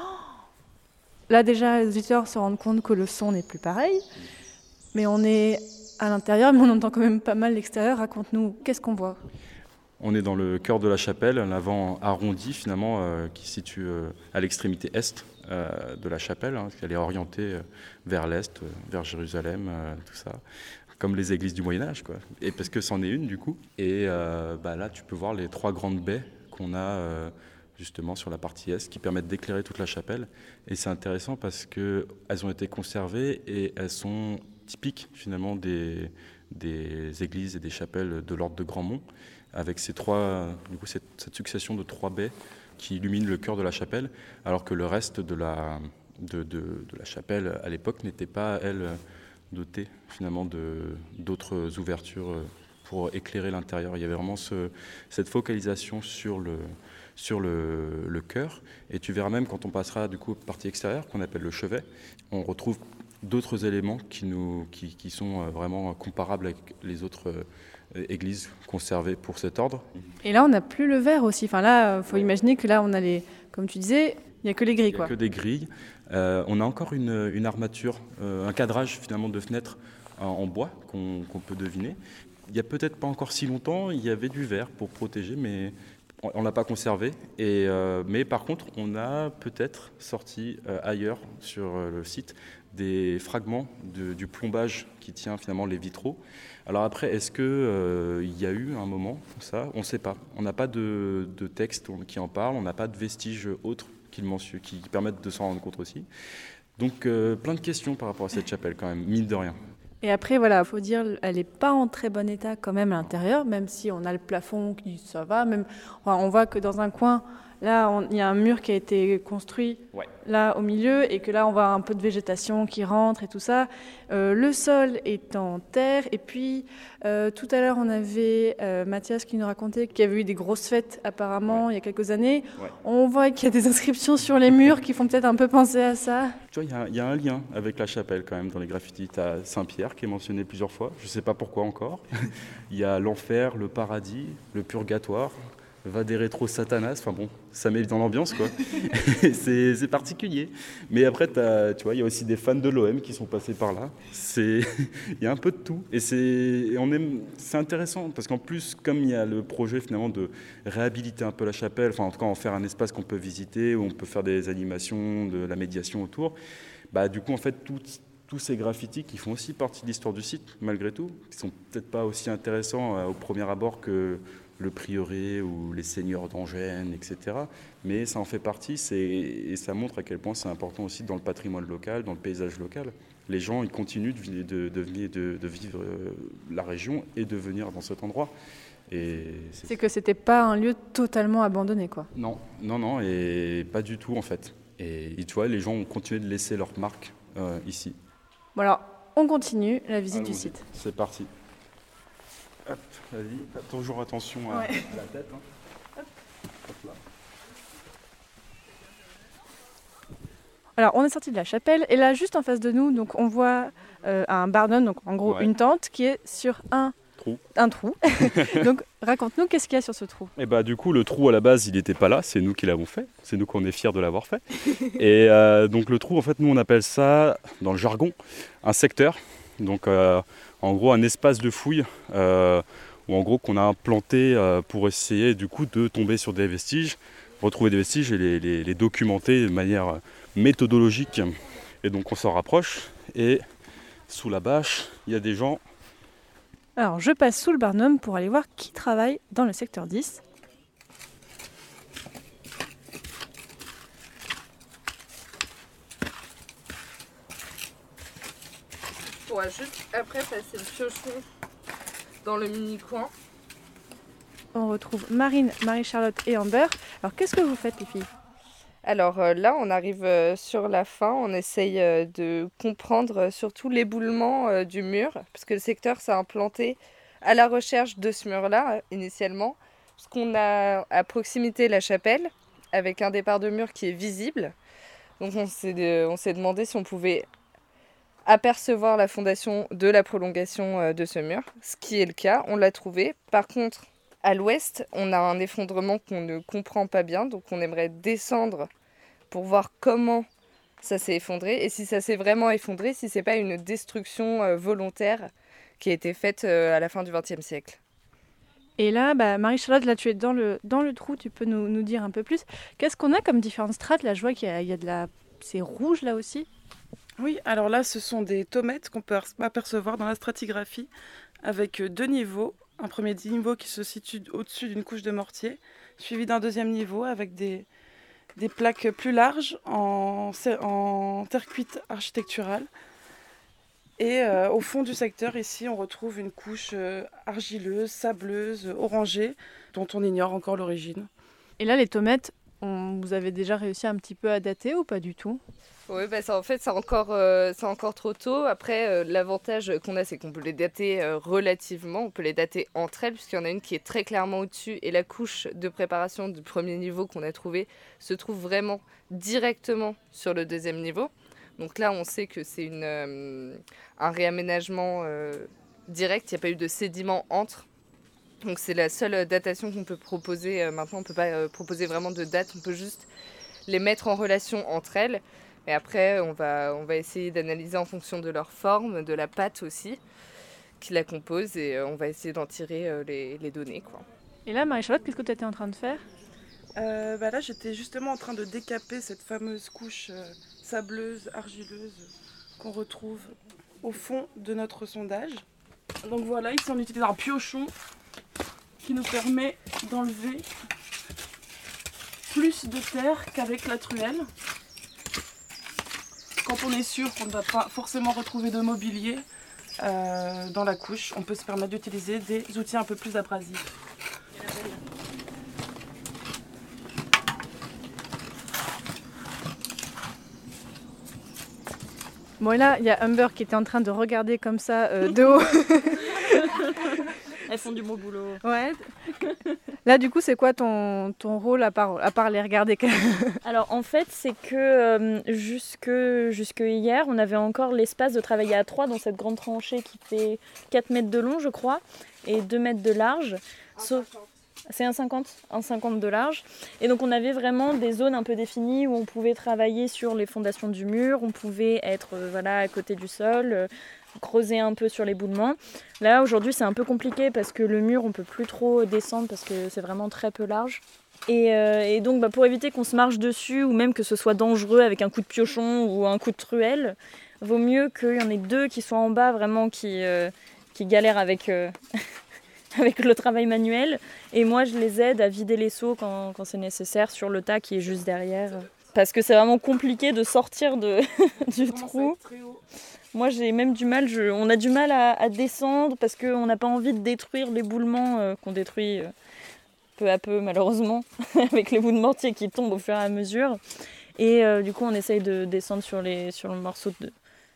là déjà, les auditeurs se rendent compte que le son n'est plus pareil. Mais on est à l'intérieur, mais on entend quand même pas mal l'extérieur. Raconte-nous, qu'est-ce qu'on voit ? On est dans le cœur de la chapelle, l'avant arrondi finalement, euh, qui se situe euh, à l'extrémité est euh, de la chapelle, hein, parce qu'elle est orientée euh, vers l'est, euh, vers Jérusalem, euh, tout ça, comme les églises du Moyen-Âge, quoi. Et parce que c'en est une du coup. Et euh, bah, là, tu peux voir les trois grandes baies qu'on a euh, justement sur la partie est, qui permettent d'éclairer toute la chapelle. Et c'est intéressant parce qu'elles ont été conservées et elles sont typiques finalement des, des églises et des chapelles de l'ordre de Grandmont, avec ces trois, du coup, cette, cette succession de trois baies qui illuminent le cœur de la chapelle, alors que le reste de la, de, de, de la chapelle à l'époque n'était pas, elle, dotée finalement de, d'autres ouvertures pour éclairer l'intérieur. Il y avait vraiment ce, cette focalisation sur le, sur le, le chœur, et tu verras même quand on passera du coup aux parties extérieures, qu'on appelle le chevet, on retrouve d'autres éléments qui, nous, qui, qui sont vraiment comparables avec les autres églises conservées pour cet ordre. Et là, on n'a plus le verre aussi. Enfin là, il faut imaginer que là, on a les, comme tu disais, il n'y a que les grilles. Il n'y a que des grilles. Euh, on a encore une, une armature, euh, un cadrage finalement de fenêtres en, en bois qu'on, qu'on peut deviner. Il n'y a peut-être pas encore si longtemps, il y avait du verre pour protéger, mais on ne l'a pas conservé. Et, euh, mais par contre, on a peut-être sorti euh, ailleurs sur euh, le site des fragments de, du plombage qui tient finalement les vitraux. Alors après, est-ce qu'il euh, y a eu un moment comme ça ? On ne sait pas. On n'a pas de, de texte qui en parle, on n'a pas de vestiges autres qui, le mentionnent, qui permettent de s'en rendre compte aussi. Donc euh, plein de questions par rapport à cette chapelle quand même, mine de rien. Et après, voilà, il faut dire, elle n'est pas en très bon état quand même à l'intérieur, même si on a le plafond qui, ça va. Même, enfin, on voit que dans un coin, là, il y a un mur qui a été construit ouais. là au milieu, et que là, on voit un peu de végétation qui rentre et tout ça. Euh, le sol est en terre, et puis euh, tout à l'heure, on avait euh, Mathias qui nous racontait qu'il y avait eu des grosses fêtes apparemment ouais. il y a quelques années. Ouais. On voit qu'il y a des inscriptions sur les murs qui font peut-être un peu penser à ça. Tu vois, il y, y a un lien avec la chapelle quand même dans les graffitis. Tu as Saint-Pierre qui est mentionné plusieurs fois, je ne sais pas pourquoi encore. Il y a l'enfer, le paradis, le purgatoire. Vadérétro Satanas, enfin bon, ça met dans l'ambiance quoi. c'est, c'est particulier. Mais après, tu vois, il y a aussi des fans de l'O M qui sont passés par là. C'est, il y a un peu de tout. Et c'est, et on aime, c'est intéressant parce qu'en plus, comme il y a le projet finalement de réhabiliter un peu la chapelle, enfin en tout cas en faire un espace qu'on peut visiter, où on peut faire des animations, de la médiation autour, bah du coup en fait tout. Tous ces graffitis qui font aussi partie de l'histoire du site, malgré tout, qui sont peut-être pas aussi intéressants euh, au premier abord que le prieuré ou les seigneurs d'Angène, et cetera. Mais ça en fait partie, c'est, et ça montre à quel point c'est important aussi dans le patrimoine local, dans le paysage local. Les gens, ils continuent de, de, de, venir, de, de vivre euh, la région et de venir dans cet endroit. Et c'est... c'est que c'était pas un lieu totalement abandonné, quoi. Non, non, non, et pas du tout en fait. Et, et tu vois, les gens ont continué de laisser leur marque euh, ici. Bon alors, on continue la visite Allons-y. du site. C'est parti. Hop, vas-y, fais toujours attention à, Ouais. à la tête. Hein. Hop là. Alors, on est sorti de la chapelle et là, juste en face de nous, donc on voit euh, un barnum, donc en gros Ouais. une tente qui est sur un Trou. Un trou. Donc, raconte-nous qu'est-ce qu'il y a sur ce trou. Et bah du coup le trou à la base il n'était pas là, c'est nous qui l'avons fait, c'est nous qu'on est fiers de l'avoir fait. Et euh, donc le trou en fait nous on appelle ça dans le jargon un secteur, donc euh, en gros un espace de fouille euh, où en gros qu'on a implanté euh, pour essayer du coup de tomber sur des vestiges, retrouver des vestiges et les, les, les documenter de manière méthodologique. Et donc on s'en rapproche et sous la bâche il y a des gens. Alors, je passe sous le barnum pour aller voir qui travaille dans le secteur dix. On va juste après passer le piochon dans le mini-coin. On retrouve Marine, Marie-Charlotte et Amber. Alors, qu'est-ce que vous faites, les filles ? Alors euh, là, on arrive euh, sur la fin, on essaye euh, de comprendre euh, surtout l'éboulement euh, du mur, parce que le secteur s'est implanté à la recherche de ce mur-là, euh, initialement, parce qu'on a à proximité la chapelle, avec un départ de mur qui est visible. Donc on s'est, de- on s'est demandé si on pouvait apercevoir la fondation de la prolongation euh, de ce mur, ce qui est le cas, on l'a trouvé. Par contre, à l'ouest, on a un effondrement qu'on ne comprend pas bien, donc on aimerait descendre pour voir comment ça s'est effondré et si ça s'est vraiment effondré, si c'est pas une destruction euh, volontaire qui a été faite euh, à la fin du vingtième siècle. Et là, bah, Marie-Charlotte, là, tu es dans le, dans le trou, tu peux nous, nous dire un peu plus. Qu'est-ce qu'on a comme différentes strates ? Là, je vois qu'il y a, il y a de la... C'est rouge, là aussi. Oui, alors là, ce sont des tomètes qu'on peut apercevoir dans la stratigraphie avec deux niveaux. Un premier niveau qui se situe au-dessus d'une couche de mortier, suivi d'un deuxième niveau avec des, des plaques plus larges en, en terre cuite architecturale. Et euh, au fond du secteur, ici, on retrouve une couche euh, argileuse, sableuse, orangée, dont on ignore encore l'origine. Et là, les tomates, on, vous avez déjà réussi un petit peu à dater ou pas du tout ? Oui, bah ça, en fait, c'est encore, euh, c'est encore trop tôt. Après, euh, l'avantage qu'on a, c'est qu'on peut les dater euh, relativement. On peut les dater entre elles, puisqu'il y en a une qui est très clairement au-dessus. Et la couche de préparation du premier niveau qu'on a trouvé se trouve vraiment directement sur le deuxième niveau. Donc là, on sait que c'est une, euh, un réaménagement euh, direct. Il n'y a pas eu de sédiments entre. Donc c'est la seule datation qu'on peut proposer. Euh, maintenant, on ne peut pas euh, proposer vraiment de date. On peut juste les mettre en relation entre elles. Et après, on va, on va essayer d'analyser en fonction de leur forme, de la pâte aussi, qui la compose, et euh, on va essayer d'en tirer euh, les, les données, quoi. Et là, Marie-Charlotte, qu'est-ce que tu étais en train de faire ? Euh, bah là, j'étais justement en train de décaper cette fameuse couche euh, sableuse, argileuse qu'on retrouve au fond de notre sondage. Donc voilà, ici on utilise un piochon qui nous permet d'enlever plus de terre qu'avec la truelle. Quand on est sûr qu'on ne va pas forcément retrouver de mobilier euh, dans la couche, on peut se permettre d'utiliser des outils un peu plus abrasifs. Bon, et là, il y a Amber qui était en train de regarder comme ça euh, de haut. Elles font du bon boulot. Ouais. Là, du coup, c'est quoi ton, ton rôle à part, à part les regarder ? Alors en fait, c'est que euh, jusque, jusque hier, on avait encore l'espace de travailler à trois dans cette grande tranchée qui fait quatre mètres de long, je crois, et deux mètres de large. Sauf... C'est un cinquante, un cinquante de large. Et donc on avait vraiment des zones un peu définies où on pouvait travailler sur les fondations du mur, on pouvait être euh, voilà, à côté du sol, euh, creuser un peu sur l'éboulement. Là aujourd'hui c'est un peu compliqué parce que le mur on peut plus trop descendre parce que c'est vraiment très peu large. Et, euh, et donc bah, pour éviter qu'on se marche dessus ou même que ce soit dangereux avec un coup de piochon ou un coup de truelle, vaut mieux qu'il y en ait deux qui soient en bas vraiment qui, euh, qui galèrent avec... Euh avec le travail manuel, et moi je les aide à vider les seaux quand, quand c'est nécessaire sur le tas qui est juste derrière, parce que c'est vraiment compliqué de sortir de, du trou. Moi j'ai même du mal, je, on a du mal à, à descendre parce qu'on n'a pas envie de détruire l'éboulement euh, qu'on détruit euh, peu à peu malheureusement avec les bouts de mortier qui tombent au fur et à mesure, et euh, du coup on essaye de descendre sur, les, sur le morceau de,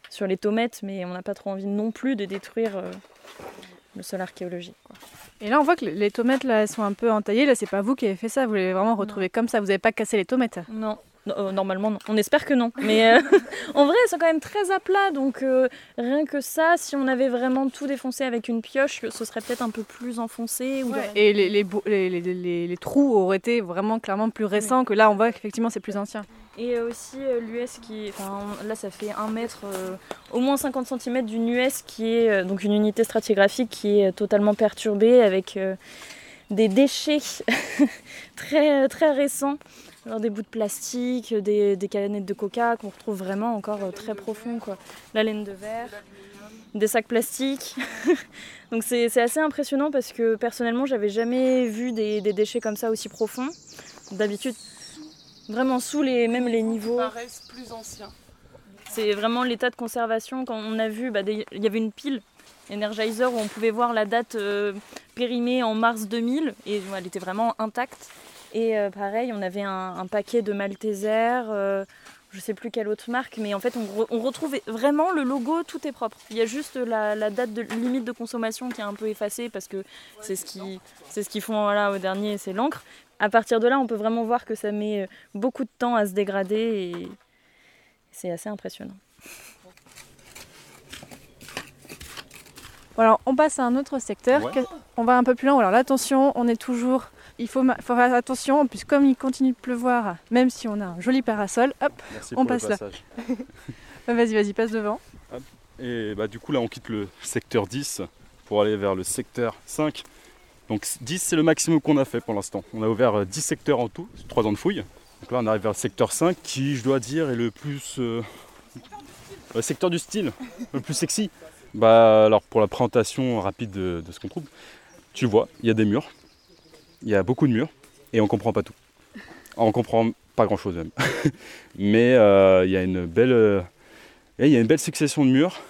sur les tomates, mais on n'a pas trop envie non plus de détruire euh, le sol archéologique, quoi. Et là, on voit que les tomates, là, elles sont un peu entaillées. Là, c'est pas vous qui avez fait ça. Vous l'avez vraiment retrouvé comme ça. Vous n'avez pas cassé les tomates. Non. Euh, normalement non, on espère que non, mais euh, en vrai elles sont quand même très à plat, donc euh, rien que ça, si on avait vraiment tout défoncé avec une pioche, ce serait peut-être un peu plus enfoncé. Ou ouais. Et les, les, les, les, les, les trous auraient été vraiment clairement plus récents, oui. Que là on voit qu'effectivement c'est plus ancien. Et aussi euh, l'U S qui, enfin là ça fait un mètre, euh, au moins cinquante centimètres d'une U S qui est euh, donc une unité stratigraphique qui est totalement perturbée avec euh, des déchets très, très récents. Alors des bouts de plastique, des, des canettes de coca qu'on retrouve vraiment encore euh, très profond, quoi. La laine de verre, des sacs plastiques. Donc c'est, c'est assez impressionnant parce que personnellement j'avais jamais vu des, des déchets comme ça aussi profonds. D'habitude vraiment sous les, même les niveaux. Ils paraissent plus anciens. C'est vraiment l'état de conservation. Quand on a vu, bah, des, il y avait une pile Energizer où on pouvait voir la date euh, périmée en mars deux mille et elle était vraiment intacte. Et euh, pareil, on avait un, un paquet de Malteser, euh, je ne sais plus quelle autre marque, mais en fait on, re, on retrouvait vraiment le logo, tout est propre. Il y a juste la, la date de limite de consommation qui est un peu effacée parce que c'est ce qu'ils c'est ce qu'ils font voilà, au dernier, c'est l'encre. À partir de là, on peut vraiment voir que ça met beaucoup de temps à se dégrader et c'est assez impressionnant. Bon alors, on passe à un autre secteur, ouais. On va un peu plus loin. Alors là, attention, on est toujours... Il faut, ma... faut faire attention, puisque comme il continue de pleuvoir, même si on a un joli parasol, hop, merci on passe là. Vas-y, vas-y, passe devant. Hop. Et bah, du coup, là, on quitte le secteur dix pour aller vers le secteur cinq. Donc dix, c'est le maximum qu'on a fait pour l'instant. On a ouvert dix secteurs en tout, trois ans de fouille. Donc là, on arrive vers le secteur cinq, qui, je dois dire, est le plus... Euh... le secteur du style, le plus sexy. Bah, alors, pour la présentation rapide de, de ce qu'on trouve, tu vois, il y a des murs. Il y a beaucoup de murs et on comprend pas tout. On comprend pas grand chose même. Mais euh, il y a une belle, euh, il y a une belle succession de murs.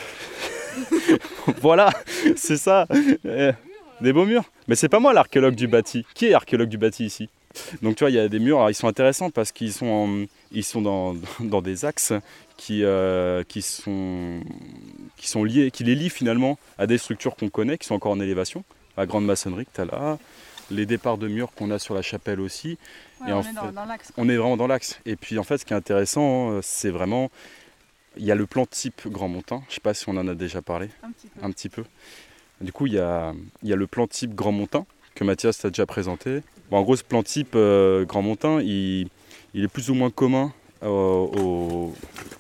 Voilà, c'est ça. Des beaux murs. Mais c'est pas moi l'archéologue du bâti. Qui est archéologue du bâti ici? Donc tu vois, il y a des murs. Alors, ils sont intéressants parce qu'ils sont, en, ils sont dans, dans des axes qui, euh, qui sont, qui sont liés, qui les lient finalement à des structures qu'on connaît, qui sont encore en élévation. La grande maçonnerie que tu as là. Les départs de murs qu'on a sur la chapelle aussi. Ouais, et on en est fait, dans, dans l'axe. On est vraiment dans l'axe. Et puis en fait, ce qui est intéressant, c'est vraiment... Il y a le plan type Grand Montin. Je ne sais pas si on en a déjà parlé. Un petit peu. Un petit peu. Du coup, il y a, il y a le plan type Grand Montin que Mathias t'a déjà présenté. Bon, en gros, ce plan type euh, Grand Montin, il, il est plus ou moins commun euh, au,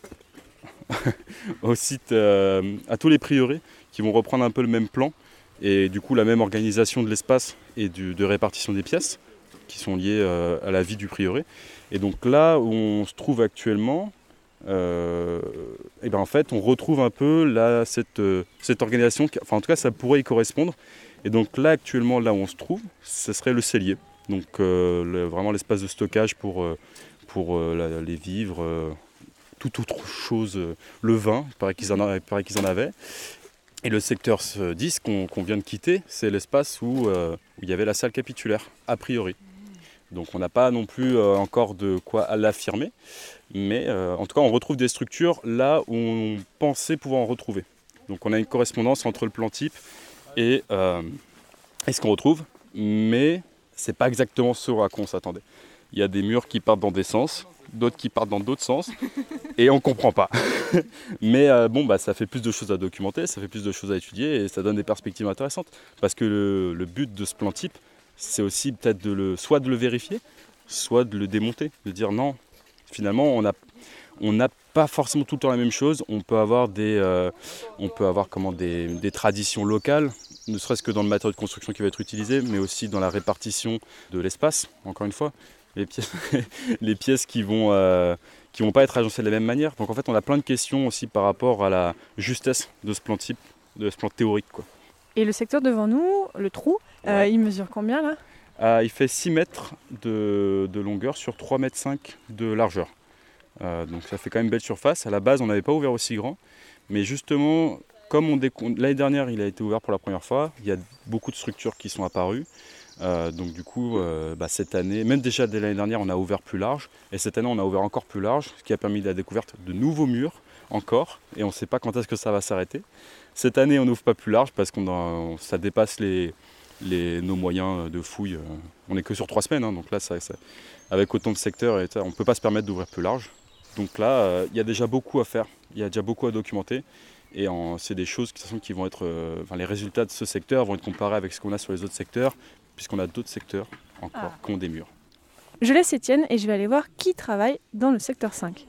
au site, euh, à tous les prieurés qui vont reprendre un peu le même plan. Et du coup la même organisation de l'espace et du, de répartition des pièces qui sont liées euh, à la vie du prieuré. Et donc là où on se trouve actuellement, euh, et ben en fait on retrouve un peu là, cette, euh, cette organisation, qui, enfin en tout cas ça pourrait y correspondre. Et donc là actuellement là où on se trouve, ce serait le cellier. Donc euh, le, vraiment l'espace de stockage pour, euh, pour euh, la, les vivres, euh, toute autre chose, euh, le vin, il paraît qu'ils en, a, il paraît qu'ils en avaient. Et le secteur dix qu'on, qu'on vient de quitter, c'est l'espace où, euh, où il y avait la salle capitulaire, a priori. Donc on n'a pas non plus euh, encore de quoi l'affirmer, mais euh, en tout cas on retrouve des structures là où on pensait pouvoir en retrouver. Donc on a une correspondance entre le plan type et, euh, et ce qu'on retrouve, mais c'est pas exactement ce à quoi on s'attendait. Il y a des murs qui partent dans des sens, d'autres qui partent dans d'autres sens, et on comprend pas. Mais euh, bon, bah, ça fait plus de choses à documenter, ça fait plus de choses à étudier, et ça donne des perspectives intéressantes. Parce que le, le but de ce plan type, c'est aussi peut-être de le, soit de le vérifier, soit de le démonter, de dire non, finalement, on a, on n'a pas forcément tout le temps la même chose. On peut avoir des, euh, on peut avoir comment, des, des traditions locales, ne serait-ce que dans le matériau de construction qui va être utilisé, mais aussi dans la répartition de l'espace, encore une fois. Les pièces, les pièces qui vont, euh, qui vont pas être agencées de la même manière. Donc en fait, on a plein de questions aussi par rapport à la justesse de ce plan type, de ce plan théorique, quoi. Et le secteur devant nous, le trou, ouais. euh, il mesure combien là ? euh, Il fait six mètres de, de longueur sur trois mètres cinq de largeur. Euh, donc ça fait quand même belle surface. À la base, on n'avait pas ouvert aussi grand. Mais justement, comme on déco- l'année dernière, il a été ouvert pour la première fois, il y a beaucoup de structures qui sont apparues. Euh, donc du coup, euh, bah, cette année, même déjà dès l'année dernière, on a ouvert plus large. Et cette année, on a ouvert encore plus large, ce qui a permis la découverte de nouveaux murs encore. Et on ne sait pas quand est-ce que ça va s'arrêter. Cette année, on n'ouvre pas plus large parce que ça dépasse les, les, nos moyens de fouille. On n'est que sur trois semaines, hein, donc là, ça, ça, avec autant de secteurs, et on ne peut pas se permettre d'ouvrir plus large. Donc là, euh, il y a déjà beaucoup à faire, il y a déjà beaucoup à documenter. Et c'est des choses qui, qui vont être... Euh, enfin, les résultats de ce secteur vont être comparés avec ce qu'on a sur les autres secteurs, puisqu'on a d'autres secteurs encore ah. qui ont des murs. Je laisse Étienne et je vais aller voir qui travaille dans le secteur cinq.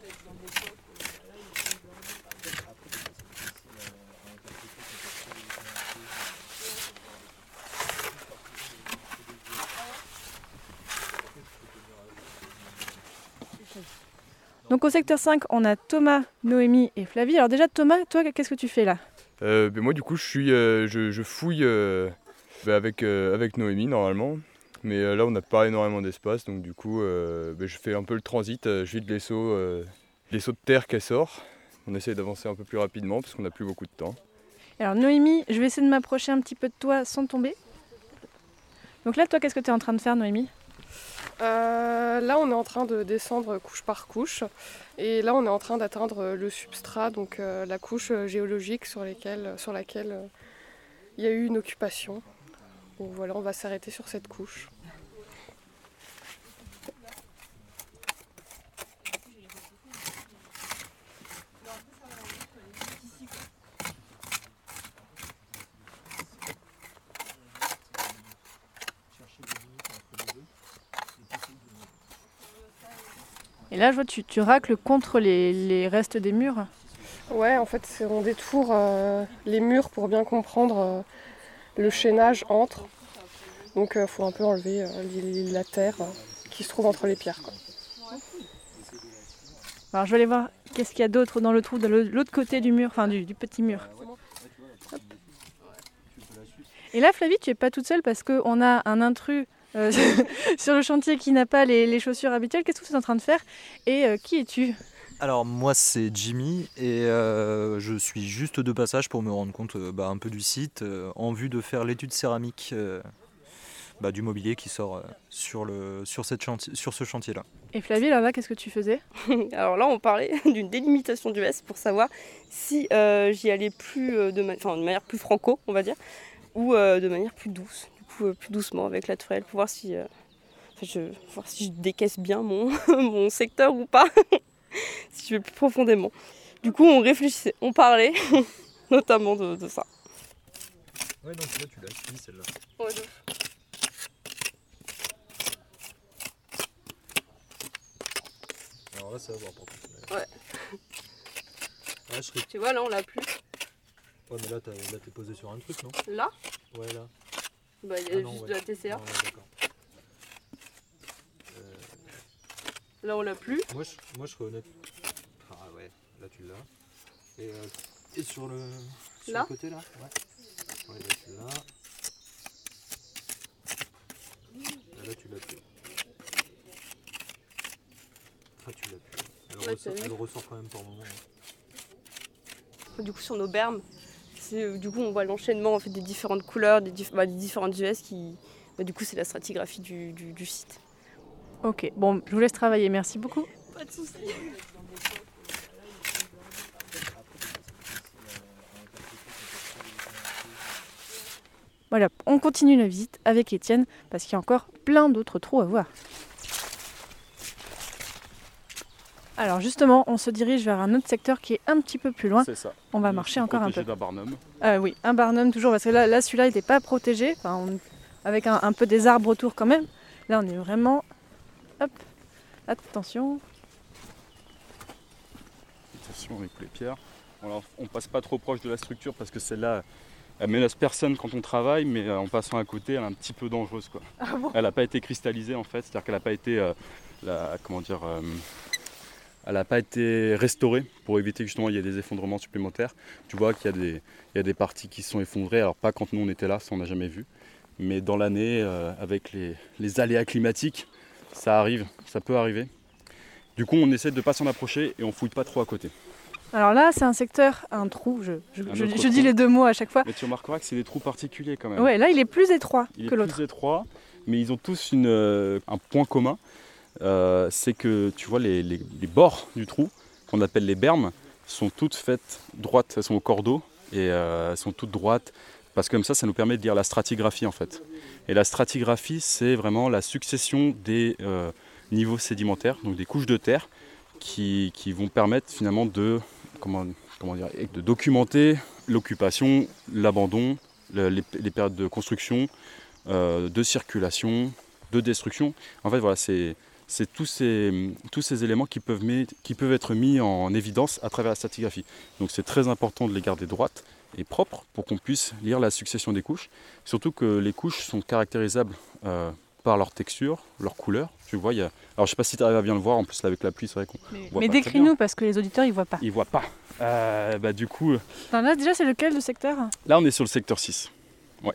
Donc au secteur cinq, on a Thomas, Noémie et Flavie. Alors déjà Thomas, toi qu'est-ce que tu fais là? euh, ben Moi du coup je, suis, euh, je, je fouille euh, ben avec, euh, avec Noémie normalement. Mais euh, là on n'a pas énormément d'espace, donc du coup euh, ben, je fais un peu le transit, euh, je vide les seaux, euh, les seaux de terre qu'elle sort. On essaie d'avancer un peu plus rapidement parce qu'on n'a plus beaucoup de temps. Alors Noémie, je vais essayer de m'approcher un petit peu de toi sans tomber. Donc là toi qu'est-ce que tu es en train de faire Noémie? Euh, là on est en train de descendre couche par couche et là on est en train d'atteindre le substrat, donc euh, la couche géologique sur, lesquelles, sur laquelle euh, il y a eu une occupation. Donc voilà, on va s'arrêter sur cette couche. Et là, je vois, tu, tu racles contre les, les restes des murs. Ouais, en fait, on détourne euh, les murs pour bien comprendre euh, le chaînage entre. Donc, il euh, faut un peu enlever euh, les, la terre euh, qui se trouve entre les pierres, quoi. Alors, je vais aller voir qu'est-ce qu'il y a d'autre dans le trou, de l'autre côté du mur, enfin du, du petit mur. Hop. Et là, Flavie, tu n'es pas toute seule parce qu'on a un intrus Euh, sur le chantier qui n'a pas les, les chaussures habituelles. Qu'est-ce que tu es en train de faire et euh, qui es-tu? Alors moi c'est Jimmy et euh, je suis juste de passage pour me rendre compte euh, bah, un peu du site euh, en vue de faire l'étude céramique euh, bah, du mobilier qui sort euh, sur, le, sur, cette chantier, sur ce chantier-là. Et Flavie, alors là, qu'est-ce que tu faisais? Alors là on parlait d'une délimitation du S pour savoir si euh, j'y allais plus euh, de, ma- de manière plus franco, on va dire, ou euh, de manière plus douce. Plus doucement avec la tourelle pour voir si, euh, je, voir si je décaisse bien mon, mon secteur ou pas, si je vais plus profondément. Du coup on réfléchissait, on parlait notamment de, de ça. Ouais donc là tu l'as fini celle-là. Ouais, donc. Alors là ça va voir pour tout. Ouais. Ah, je serais... Tu vois là on l'a plus. Ouais mais là, t'as, là t'es posé sur un truc non? Là? Ouais là. Bah il y a ah, juste non, ouais. de la T C A. Non, ouais, d'accord. Euh... Là on l'a plus. Moi je, moi je serais honnête. Ah ouais, là tu l'as. Et, euh, et sur le, sur là le côté là? Ouais. Ouais là tu l'as. Là, là tu l'as plus. Ah tu l'as plus. Elle, là, ressort, elle ressort quand même par moment. Hein. Du coup sur nos bermes, c'est, du coup on voit l'enchaînement en fait, des différentes couleurs, des, dif- bah, des différentes U S qui. Bah, du coup c'est la stratigraphie du, du, du site. Ok, bon je vous laisse travailler, merci beaucoup. Pas de soucis. Voilà, on continue la visite avec Étienne parce qu'il y a encore plein d'autres trous à voir. Alors justement, on se dirige vers un autre secteur qui est un petit peu plus loin. C'est ça. On va marcher encore un peu. D'un barnum. Euh, oui, un barnum toujours, parce que là, là celui-là n'était pas protégé, enfin, on- avec un, un peu des arbres autour quand même. Là on est vraiment... Hop, attention. Attention avec les pierres. Alors, on passe pas trop proche de la structure parce que celle-là, elle menace personne quand on travaille, mais euh, en passant à côté, elle est un petit peu dangereuse, quoi. Ah bon? Elle n'a pas été cristallisée en fait, c'est-à-dire qu'elle n'a pas été, euh, la, comment dire, euh, elle n'a pas été restaurée pour éviter que justement il y ait des effondrements supplémentaires. Tu vois qu'il y a des, il y a des parties qui se sont effondrées, alors pas quand nous on était là, ça on n'a jamais vu, mais dans l'année, euh, avec les, les aléas climatiques, ça arrive, ça peut arriver. Du coup, on essaie de ne pas s'en approcher et on fouille pas trop à côté. Alors là, c'est un secteur, un trou, je, je, Un je- autre je trou. dis les deux mots à chaque fois. Mais tu remarqueras que c'est des trous particuliers quand même. Ouais, là il est plus étroit Il est que l'autre. plus étroit. mais ils ont tous une, euh, un point commun, euh, c'est que tu vois les, les, les bords du trou, qu'on appelle les bermes, sont toutes faites droites, elles sont au cordeau, et euh, elles sont toutes droites, parce que comme ça, ça nous permet de lire la stratigraphie en fait. Et la stratigraphie, c'est vraiment la succession des euh, niveaux sédimentaires, donc des couches de terre, qui, qui vont permettre finalement de, comment, comment dire, de documenter l'occupation, l'abandon, le, les, les périodes de construction, euh, de circulation, de destruction. En fait, voilà, c'est, c'est tous, ces, tous ces éléments qui peuvent, met, qui peuvent être mis en évidence à travers la stratigraphie. Donc c'est très important de les garder droites et propres pour qu'on puisse lire la succession des couches. Surtout que les couches sont caractérisables euh, par leur texture, leur couleur. Tu vois, il y a... Alors je sais pas si tu arrives à bien le voir, en plus là, avec la pluie, c'est vrai qu'on Mais, voit mais pas décris-nous parce que les auditeurs ils voient pas. Ils voient pas. Euh, bah, du coup, Attends, là déjà c'est lequel le secteur? là on est sur le secteur six. Ouais.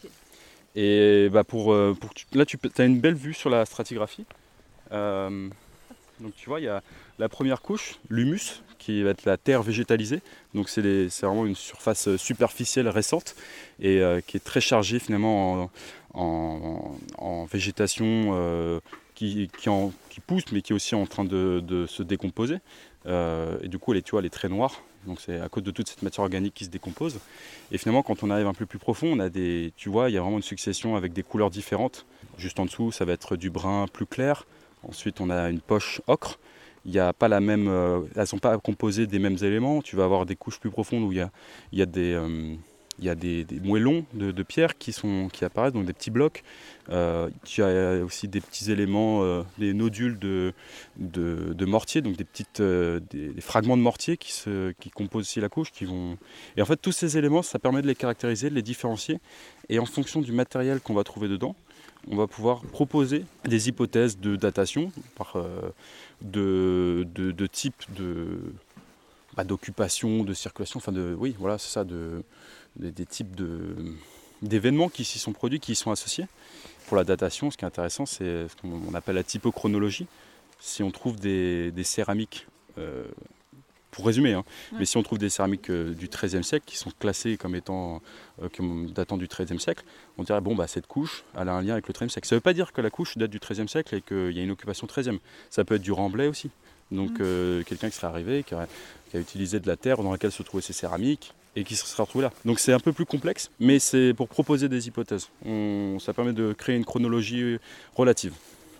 Et bah, pour, euh, pour tu... là tu as une belle vue sur la stratigraphie. Euh, donc tu vois, il y a la première couche, l'humus, qui va être la terre végétalisée. Donc c'est, les, c'est vraiment une surface superficielle récente et euh, qui est très chargée finalement en, en, en végétation euh, qui, qui, en, qui pousse mais qui est aussi en train de, de se décomposer. Euh, et du coup elle est, tu vois, elle est très noire. Donc c'est à cause de toute cette matière organique qui se décompose. Et finalement quand on arrive un peu plus profond, on a des, tu vois, il y a vraiment une succession avec des couleurs différentes. Juste en dessous, ça va être du brun plus clair. Ensuite, on a une poche ocre. Il y a pas la même, euh, elles ne sont pas composées des mêmes éléments. Tu vas avoir des couches plus profondes où il y a, il y a des, euh, il y a des, des moellons de, de pierre qui, sont, qui apparaissent, donc des petits blocs. Euh, tu as aussi des petits éléments, euh, des nodules de, de, de mortier, donc des, petites, euh, des, des fragments de mortier qui, se, qui composent aussi la couche. Qui vont... Et en fait, tous ces éléments, ça permet de les caractériser, de les différencier. Et en fonction du matériel qu'on va trouver dedans, on va pouvoir proposer des hypothèses de datation par, euh, de, de, de type de, bah, d'occupation, de circulation, enfin de, oui, voilà, c'est ça, de, de, des types de, d'événements qui s'y sont produits, qui y sont associés. Pour la datation, ce qui est intéressant, c'est ce qu'on appelle la typochronologie. Si on trouve des, des céramiques, euh, pour résumer, hein, ouais. mais si on trouve des céramiques euh, du treizième siècle qui sont classées comme étant euh, comme datant du treizième siècle, on dirait bon bah cette couche elle a un lien avec le treizième siècle. Ça ne veut pas dire que la couche date du treizième siècle et qu'il y a une occupation treizième. Ça peut être du remblai aussi. Donc mmh. euh, quelqu'un qui serait arrivé, qui a, qui a utilisé de la terre dans laquelle se trouvaient ces céramiques et qui se serait retrouvé là. Donc c'est un peu plus complexe, mais c'est pour proposer des hypothèses. On, ça permet de créer une chronologie relative.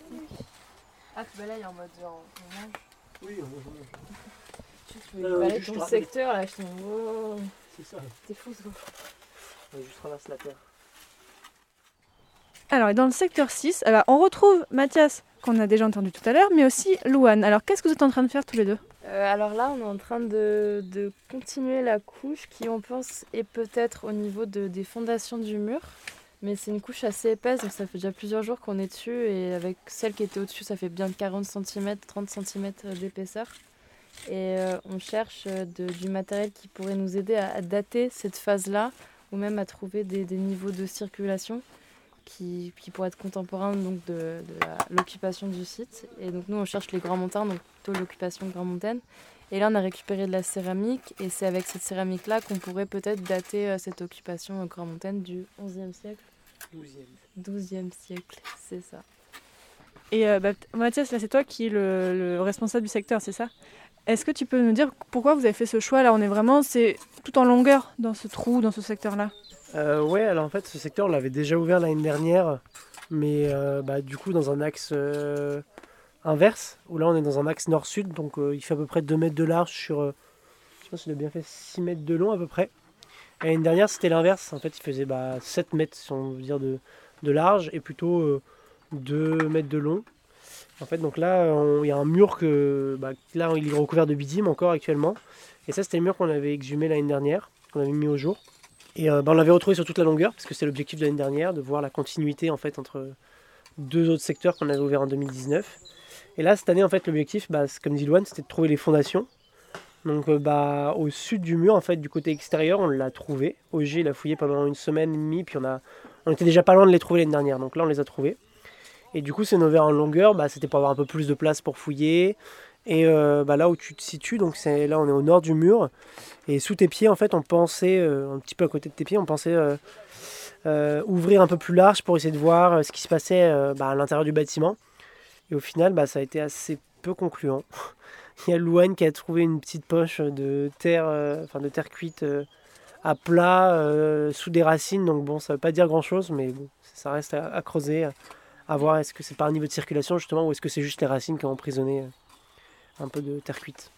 Ah tu balayes en mode genre on mange. Oui, on mange. Tu veux balayer ton secteur là, je te dis wow. C'est ça. C'est fou ça. On juste traverse la terre. Alors, et dans le secteur six, alors, on retrouve Mathias, qu'on a déjà entendu tout à l'heure, mais aussi Louane. Alors, qu'est-ce que vous êtes en train de faire tous les deux ? euh, Alors là, on est en train de, de continuer la couche qui, on pense, est peut-être au niveau de, des fondations du mur. Mais c'est une couche assez épaisse, donc ça fait déjà plusieurs jours qu'on est dessus. Et avec celle qui était au-dessus, ça fait bien quarante centimètres, trente centimètres d'épaisseur. Et euh, on cherche de, du matériel qui pourrait nous aider à, à dater cette phase-là, ou même à trouver des, des niveaux de circulation qui, qui pourraient être contemporains donc, de, de la, l'occupation du site. Et donc nous, on cherche les grands montains, donc plutôt l'occupation de grands montagnes. Et là, on a récupéré de la céramique, et c'est avec cette céramique-là qu'on pourrait peut-être dater euh, cette occupation grand montagne du onzième siècle. douzième. douzième siècle, c'est ça. Et euh, bah, Mathias, là, c'est toi qui es le, le responsable du secteur, c'est ça ? Est-ce que tu peux nous dire pourquoi vous avez fait ce choix ? Là, on est vraiment, c'est tout en longueur dans ce trou, dans ce secteur-là. Euh, ouais, alors en fait, ce secteur, on l'avait déjà ouvert l'année dernière, mais euh, bah, du coup, dans un axe euh, inverse, où là, on est dans un axe nord-sud, donc euh, il fait à peu près deux mètres de large sur, euh, je pense qu'il a bien fait six mètres de long à peu près. Et l'année dernière, c'était l'inverse. En fait, il faisait bah, sept mètres, si on veut dire, de, de large, et plutôt euh, deux mètres de long. En fait, donc là, il y a un mur que, bah, là, il est recouvert de bidim encore actuellement. Et ça, c'était le mur qu'on avait exhumé l'année dernière, qu'on avait mis au jour. Et euh, bah, on l'avait retrouvé sur toute la longueur, parce que c'était l'objectif de l'année dernière, de voir la continuité en fait entre deux autres secteurs qu'on avait ouverts en deux mille dix-neuf. Et là, cette année, en fait, l'objectif, bah, comme dit Louane, c'était de trouver les fondations. Donc, euh, bah, au sud du mur, en fait, du côté extérieur, on l'a trouvé. O G l'a fouillé pendant une semaine et demie, puis on a, on était déjà pas loin de les trouver l'année dernière. Donc là, on les a trouvés. Et du coup, c'est ouvert en longueur, bah, c'était pour avoir un peu plus de place pour fouiller. Et euh, bah, là où tu te situes, donc c'est, là on est au nord du mur. Et sous tes pieds, en fait, on pensait, euh, un petit peu à côté de tes pieds, on pensait euh, euh, ouvrir un peu plus large pour essayer de voir euh, ce qui se passait euh, bah, à l'intérieur du bâtiment. Et au final, bah, ça a été assez peu concluant. Il y a Louane qui a trouvé une petite poche de terre, euh, enfin de terre cuite euh, à plat, euh, sous des racines. Donc bon, ça ne veut pas dire grand-chose, mais bon, ça reste à, à creuser, à, à voir est-ce que c'est par un niveau de circulation justement, ou est-ce que c'est juste les racines qui ont emprisonné euh, un peu de terre cuite.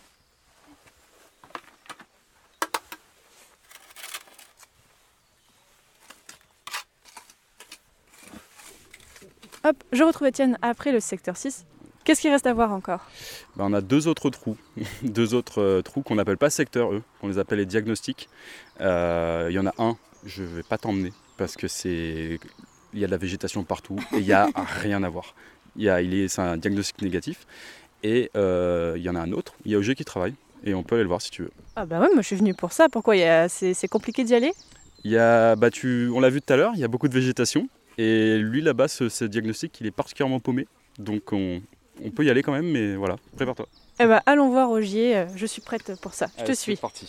Hop, je retrouve Étienne après le secteur six. Qu'est-ce qu'il reste à voir encore ? Ben, on a deux autres trous, deux autres euh, trous qu'on n'appelle pas secteurs, eux, on les appelle les diagnostics. Euh, il y en a un, je ne vais pas t'emmener parce que c'est, il y a de la végétation partout et il n'y a rien à voir. Il y a, il est, c'est un diagnostic négatif et euh, il y en a un autre, il y a O G qui travaille et on peut aller le voir si tu veux. Ah bah ouais, moi je suis venue pour ça. Pourquoi il y a, c'est, c'est compliqué d'y aller ? Il y a, bah tu, on l'a vu tout à l'heure, il y a beaucoup de végétation et lui là-bas, ce, ce diagnostic, il est particulièrement paumé, donc on On peut y aller quand même, mais voilà, prépare-toi. Eh ben, allons voir Ogier, je suis prête pour ça. Je Allez, te suis. C'est parti.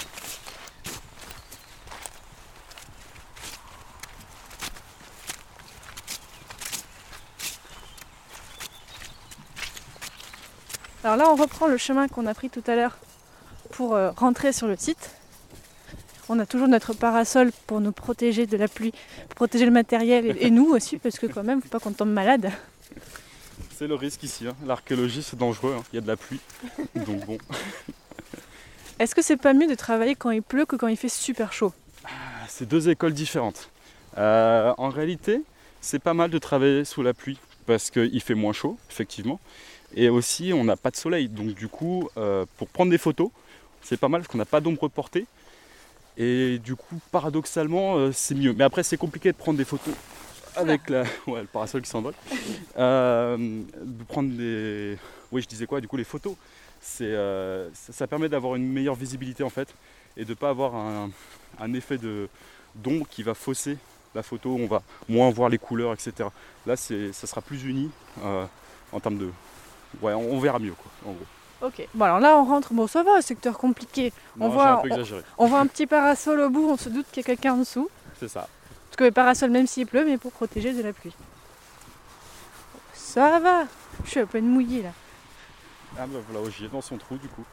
Alors là, on reprend le chemin qu'on a pris tout à l'heure pour euh, rentrer sur le site. On a toujours notre parasol pour nous protéger de la pluie, pour protéger le matériel et, et nous aussi, parce que quand même, faut pas qu'on tombe malade. C'est le risque ici, hein. L'archéologie c'est dangereux, hein. Il y a de la pluie, donc bon. Est-ce que c'est pas mieux de travailler quand il pleut que quand il fait super chaud ? C'est deux écoles différentes. Euh, en réalité, c'est pas mal de travailler sous la pluie, parce qu'il fait moins chaud, effectivement, et aussi on n'a pas de soleil, donc du coup, euh, pour prendre des photos, c'est pas mal parce qu'on n'a pas d'ombre portée, et du coup, paradoxalement, euh, c'est mieux. Mais après, c'est compliqué de prendre des photos avec la... ouais, le parasol qui s'envole, euh, de prendre des... Oui, je disais quoi, du coup, les photos, c'est, euh, ça, ça permet d'avoir une meilleure visibilité, en fait, et de ne pas avoir un, un effet de, d'ombre qui va fausser la photo, on va moins voir les couleurs, et cetera. Là, c'est, ça sera plus uni euh, en termes de... Ouais, on, on verra mieux, quoi, en gros. Ok, bon alors là on rentre, bon ça va, secteur compliqué. Non, on, j'ai voit, un peu on, exagéré. on voit un petit parasol au bout, on se doute qu'il y a quelqu'un en dessous. C'est ça. Parce que le parasol, même s'il pleut, mais pour protéger de la pluie. Ça va, je suis à peine mouillée là. Ah bah voilà, Ogier dans son trou du coup.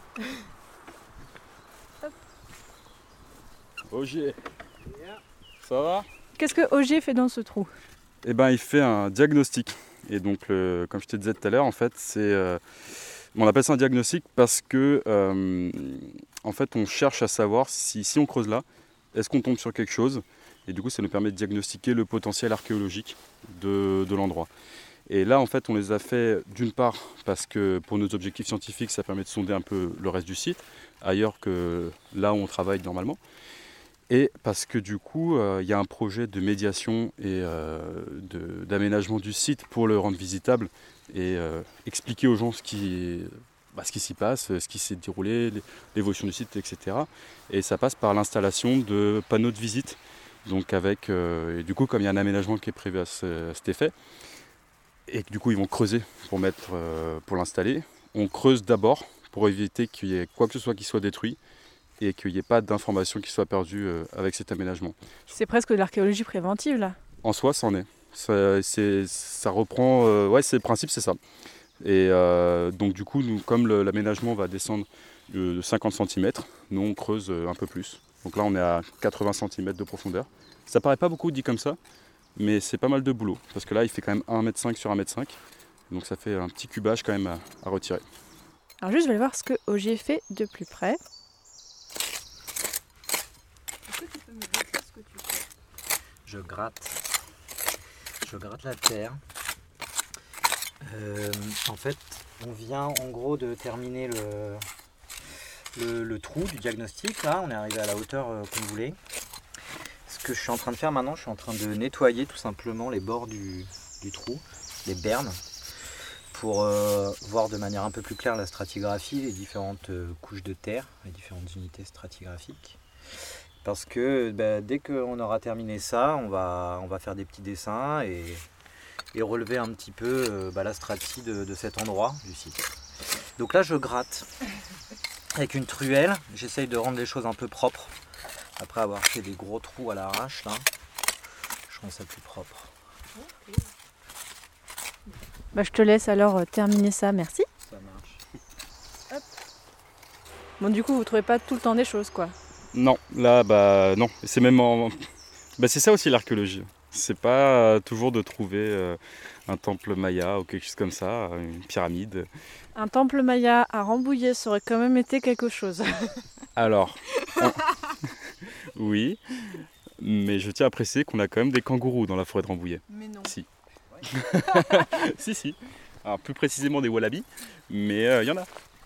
Ogier, ça va ? Qu'est-ce que Ogier fait dans ce trou ? Eh ben il fait un diagnostic. Et donc le, comme je te disais tout à l'heure, en fait c'est... Euh, on appelle ça un diagnostic parce que euh, en fait on cherche à savoir si, si on creuse là, est-ce qu'on tombe sur quelque chose ? Et du coup ça nous permet de diagnostiquer le potentiel archéologique de, de l'endroit. Et là en fait on les a fait d'une part parce que pour nos objectifs scientifiques ça permet de sonder un peu le reste du site, ailleurs que là où on travaille normalement. Et parce que du coup il euh, y a un projet de médiation et euh, de, d'aménagement du site pour le rendre visitable et euh, expliquer aux gens ce qui, bah, ce qui s'y passe, ce qui s'est déroulé, l'évolution du site, et cetera. Et ça passe par l'installation de panneaux de visite. Donc avec, euh, et du coup comme il y a un aménagement qui est prévu à, ce, à cet effet, et que du coup ils vont creuser pour, mettre, euh, pour l'installer, on creuse d'abord pour éviter qu'il y ait quoi que ce soit qui soit détruit et qu'il n'y ait pas d'informations qui soient perdues euh, avec cet aménagement. C'est presque de l'archéologie préventive là. En soi, c'en est. Ça, c'est, ça reprend, euh, ouais, c'est le principe, c'est ça. Et euh, donc du coup, nous, comme le, l'aménagement va descendre de cinquante centimètres, nous on creuse un peu plus. Donc là, on est à quatre-vingts centimètres de profondeur. Ça paraît pas beaucoup dit comme ça, mais c'est pas mal de boulot. Parce que là, il fait quand même un mètre cinq sur un mètre cinq. Donc ça fait un petit cubage quand même à, à retirer. Alors juste, je vais voir ce que Ogier fait de plus près. Est-ce que tu peux me dire ce que tu fais ? Je gratte. Je gratte la terre. Euh, en fait, on vient en gros de terminer le, le, le trou du diagnostic. Là, on est arrivé à la hauteur euh, qu'on voulait. Ce que je suis en train de faire maintenant, je suis en train de nettoyer tout simplement les bords du, du trou, les bermes, pour euh, voir de manière un peu plus claire la stratigraphie, les différentes euh, couches de terre, les différentes unités stratigraphiques. Parce que bah, dès qu'on aura terminé ça, on va, on va faire des petits dessins et, et relever un petit peu euh, bah, la stratie de, de cet endroit du site. Donc là je gratte avec une truelle, j'essaye de rendre les choses un peu propres après avoir fait des gros trous à l'arrache là. je rends ça plus propre. Bah, je te laisse alors euh, terminer ça, merci. Ça marche. Hop. Bon, du coup, vous trouvez pas tout le temps des choses, quoi. Non, là, bah non. C'est même en... bah, c'est ça aussi l'archéologie. C'est pas euh, toujours de trouver euh, un temple maya ou quelque chose comme ça, une pyramide. Un temple maya à Rambouillet, ça aurait quand même été quelque chose. Alors, on... oui, mais je tiens à préciser qu'on a quand même des kangourous dans la forêt de Rambouillet. Mais non. Si. si, si. Alors, plus précisément des wallabies, mais il euh, y en a.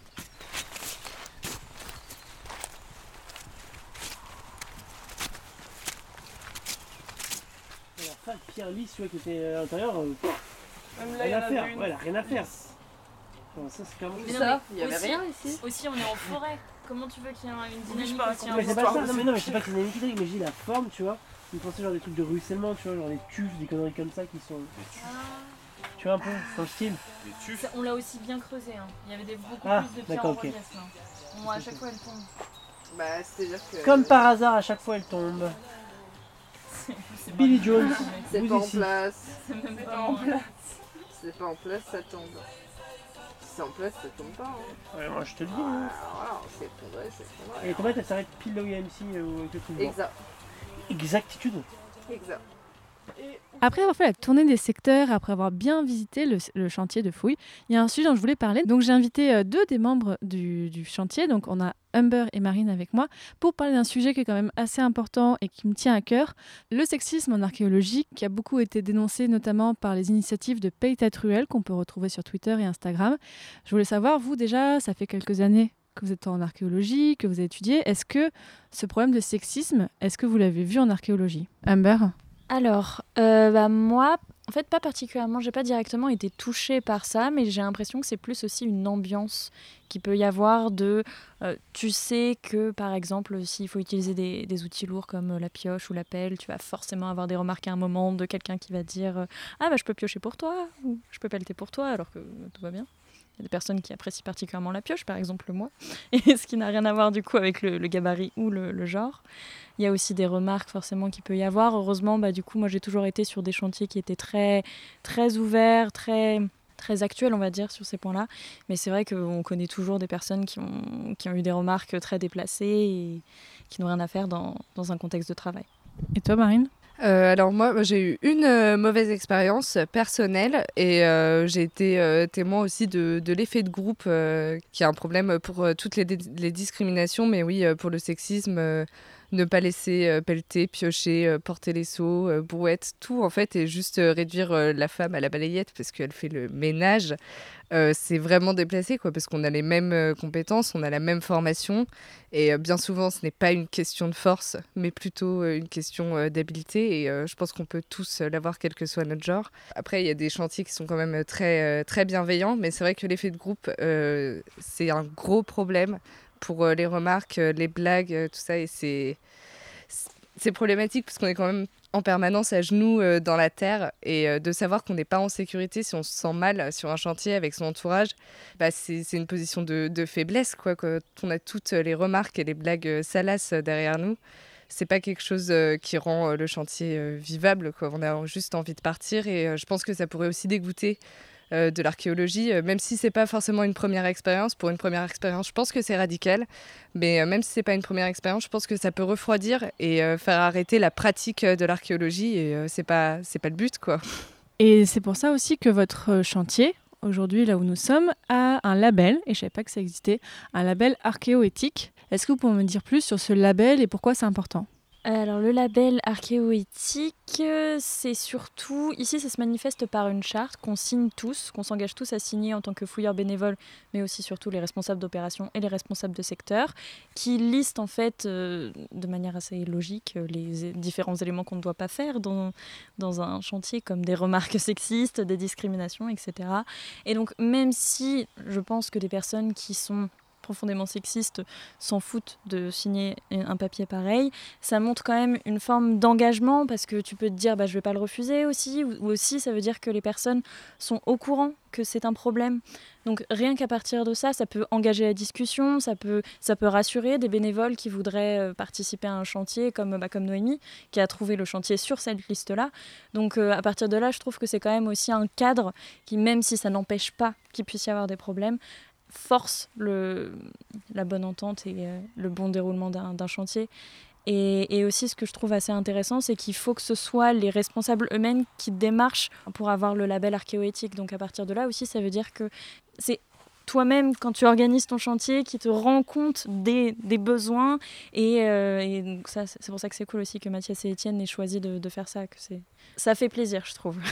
Alors ça, pierre lisse, tu vois, qui était à l'intérieur, euh, Même là, il y rien en à avait faire, une. ouais, elle a rien à faire. Enfin, ça, c'est quand même... Mais non, Ça, mais il y avait aussi- rien ici. Aussi, on est en forêt. Comment tu veux qu'il y ait une Oui, je dynamique parle aussi contre Mais c'est pas l'histoire ça, de non mais cette non mais je sais pierre. pas que c'est une dynamique, mais j'ai la forme, tu vois. Ils pensaient genre des trucs de ruissellement, tu vois, genre des tuffes, des conneries comme ça qui sont... Tu vois un peu, c'est un style. Ça, on l'a aussi bien creusé. Hein. Il y avait des, beaucoup Ah, plus de pierres d'accord, en ok. relief. Là. Bon, à chaque fois, elle tombe. Bah, c'est-à-dire que. Comme par hasard, à chaque fois elle tombe. C'est Billy pas- Jones, C'est vous pas en ici. place. C'est même C'est pas pas en en place. place. C'est pas en place, ça tombe. Si c'est en place, ça tombe pas. Hein. Ouais, moi je te le dis. Ah, Hein. voilà, c'est effondré, c'est effondré. Et les tomates elles s'arrêtent pile là où il y a M C euh, avec le truc blanc. Exact. Exactitude. Exact. Après avoir fait la tournée des secteurs, après avoir bien visité le, le chantier de fouilles, il y a un sujet dont je voulais parler. Donc j'ai invité euh, deux des membres du, du chantier, donc on a Humber et Marine avec moi, pour parler d'un sujet qui est quand même assez important et qui me tient à cœur, le sexisme en archéologie, qui a beaucoup été dénoncé notamment par les initiatives de Paye ta truelle qu'on peut retrouver sur Twitter et Instagram. Je voulais savoir, vous déjà, ça fait quelques années que vous êtes en archéologie, que vous avez étudié, est-ce que ce problème de sexisme, est-ce que vous l'avez vu en archéologie? Humber? Alors, euh, bah, moi, en fait, pas particulièrement, j'ai pas directement été touchée par ça, mais j'ai l'impression que c'est plus aussi une ambiance qu'il peut y avoir de... euh, tu sais que, par exemple, s'il faut utiliser des, des outils lourds comme la pioche ou la pelle, tu vas forcément avoir des remarques à un moment de quelqu'un qui va dire euh, « Ah, bah, je peux piocher pour toi » ou « Je peux pelleter pour toi », alors que tout va bien. Il y a des personnes qui apprécient particulièrement la pioche, par exemple moi, et ce qui n'a rien à voir du coup avec le, le gabarit ou le, le genre. Il y a aussi des remarques forcément qu'il peut y avoir. Heureusement, bah, du coup, moi j'ai toujours été sur des chantiers qui étaient très, très ouverts, très, très actuels, on va dire, sur ces points-là. Mais c'est vrai qu'on connaît toujours des personnes qui ont, qui ont eu des remarques très déplacées et qui n'ont rien à faire dans, dans un contexte de travail. Et toi, Marine? Euh, alors moi, j'ai eu une euh, mauvaise expérience personnelle et euh, j'ai été euh, témoin aussi de, de l'effet de groupe euh, qui est un problème pour euh, toutes les, les discriminations, mais oui, euh, pour le sexisme, euh, ne pas laisser euh, pelleter, piocher, euh, porter les seaux, euh, brouettes, tout en fait, et juste euh, réduire euh, la femme à la balayette parce qu'elle fait le ménage. Euh, c'est vraiment déplacé, quoi, parce qu'on a les mêmes euh, compétences, on a la même formation, et euh, bien souvent ce n'est pas une question de force, mais plutôt euh, une question euh, d'habileté, et euh, je pense qu'on peut tous euh, l'avoir quel que soit notre genre. Après, il y a des chantiers qui sont quand même très, euh, très bienveillants, mais c'est vrai que l'effet de groupe, euh, c'est un gros problème pour euh, les remarques, euh, les blagues, euh, tout ça, et c'est, c'est problématique parce qu'on est quand même en permanence à genoux euh, dans la terre et euh, de savoir qu'on n'est pas en sécurité si on se sent mal sur un chantier avec son entourage, bah, c'est, c'est une position de, de faiblesse, quoi, quand on a toutes les remarques et les blagues euh, salaces derrière nous. C'est pas quelque chose euh, qui rend euh, le chantier euh, vivable, quoi. On a juste envie de partir et euh, je pense que ça pourrait aussi dégoûter euh, de l'archéologie, euh, même si c'est pas forcément une première expérience. Pour une première expérience, je pense que c'est radical, mais euh, même si c'est pas une première expérience, je pense que ça peut refroidir et euh, faire arrêter la pratique de l'archéologie et euh, c'est pas c'est pas le but, quoi. Et c'est pour ça aussi que votre chantier, aujourd'hui là où nous sommes, a un label, et je savais pas que ça existait, un label archéoéthique. Est-ce que vous pouvez me dire plus sur ce label et pourquoi c'est important ? Alors le label archéoéthique, c'est surtout, ici ça se manifeste par une charte qu'on signe tous, qu'on s'engage tous à signer en tant que fouilleurs bénévoles, mais aussi surtout les responsables d'opération et les responsables de secteur, qui listent en fait euh, de manière assez logique les différents éléments qu'on ne doit pas faire dans, dans un chantier, comme des remarques sexistes, des discriminations, et cetera. Et donc même si je pense que des personnes qui sont profondément sexistes s'en foutent de signer un papier pareil. Ça montre quand même une forme d'engagement parce que tu peux te dire bah, je vais pas le refuser aussi, ou aussi ça veut dire que les personnes sont au courant que c'est un problème. Donc rien qu'à partir de ça, ça peut engager la discussion, ça peut, ça peut rassurer des bénévoles qui voudraient euh, participer à un chantier comme, bah, comme Noémie, qui a trouvé le chantier sur cette liste-là. Donc euh, à partir de là, je trouve que c'est quand même aussi un cadre qui, même si ça n'empêche pas qu'il puisse y avoir des problèmes, force le, la bonne entente et euh, le bon déroulement d'un, d'un chantier. Et, et aussi, ce que je trouve assez intéressant, c'est qu'il faut que ce soit les responsables eux-mêmes qui démarchent pour avoir le label archéoéthique. Donc à partir de là aussi, ça veut dire que c'est toi-même, quand tu organises ton chantier, qui te rends compte des, des besoins. Et, euh, et donc ça, c'est pour ça que c'est cool aussi que Mathias et Étienne aient choisi de, de faire ça. Que c'est... Ça fait plaisir, je trouve.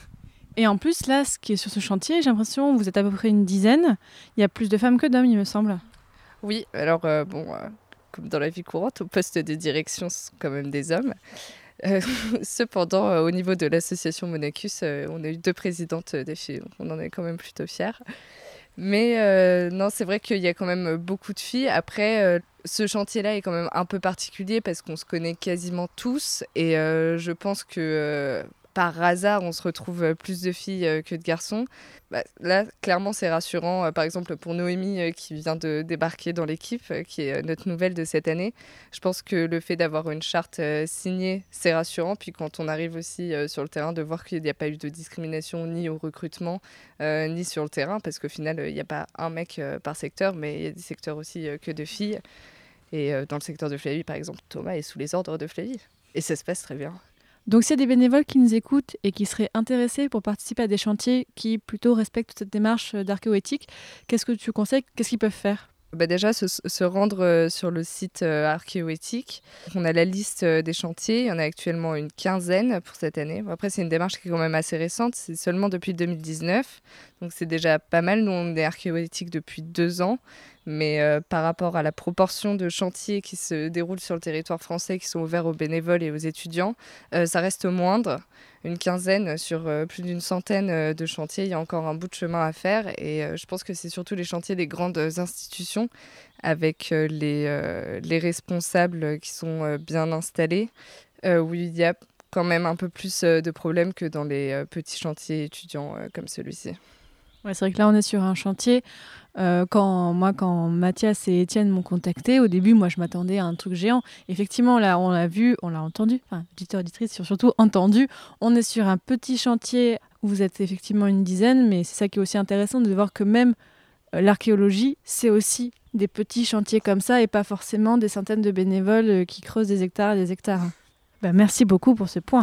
Et en plus, là, ce qui est sur ce chantier, j'ai l'impression que vous êtes à peu près une dizaine. Il y a plus de femmes que d'hommes, il me semble. Oui, alors euh, bon... Euh... Comme dans la vie courante, au poste de direction, ce sont quand même des hommes. Euh, cependant, euh, au niveau de l'association Monacus, euh, on a eu deux présidentes des filles, donc on en est quand même plutôt fiers. Mais euh, non, c'est vrai qu'il y a quand même beaucoup de filles. Après, euh, ce chantier-là est quand même un peu particulier parce qu'on se connaît quasiment tous. Et euh, je pense que euh, par hasard, on se retrouve plus de filles que de garçons. Bah, là, clairement, c'est rassurant. Par exemple, pour Noémie, qui vient de débarquer dans l'équipe, qui est notre nouvelle de cette année, je pense que le fait d'avoir une charte signée, c'est rassurant. Puis quand on arrive aussi sur le terrain, de voir qu'il n'y a pas eu de discrimination ni au recrutement, euh, ni sur le terrain, parce qu'au final, il n'y a pas un mec par secteur, mais il y a des secteurs aussi que de filles. Et dans le secteur de Flavie, par exemple, Thomas est sous les ordres de Flavie. Et ça se passe très bien. Donc s'il y a des bénévoles qui nous écoutent et qui seraient intéressés pour participer à des chantiers qui plutôt respectent cette démarche d'archéoéthique, qu'est-ce que tu conseilles ? Qu'est-ce qu'ils peuvent faire ? Bah déjà, se, se rendre sur le site archéoéthique. On a la liste des chantiers. Il y en a actuellement une quinzaine pour cette année. Après, c'est une démarche qui est quand même assez récente. C'est seulement depuis deux mille dix-neuf. Donc, c'est déjà pas mal. Nous, on est archéoéthique depuis deux ans. Mais euh, par rapport à la proportion de chantiers qui se déroulent sur le territoire français, qui sont ouverts aux bénévoles et aux étudiants, euh, ça reste moindre. Une quinzaine sur euh, plus d'une centaine euh, de chantiers, il y a encore un bout de chemin à faire. Et euh, je pense que c'est surtout les chantiers des grandes institutions, avec euh, les, euh, les responsables qui sont euh, bien installés, euh, où il y a quand même un peu plus euh, de problèmes que dans les euh, petits chantiers étudiants euh, comme celui-ci. Ouais, c'est vrai que là, on est sur un chantier. Euh, quand, moi, quand Mathias et Étienne m'ont contacté, au début, moi, je m'attendais à un truc géant. Effectivement, là, on l'a vu, on l'a entendu, enfin, auditeurs, auditrices, surtout entendu. On est sur un petit chantier où vous êtes effectivement une dizaine, mais c'est ça qui est aussi intéressant de voir que même euh, l'archéologie, c'est aussi des petits chantiers comme ça et pas forcément des centaines de bénévoles euh, qui creusent des hectares et des hectares. Ben, merci beaucoup pour ce point.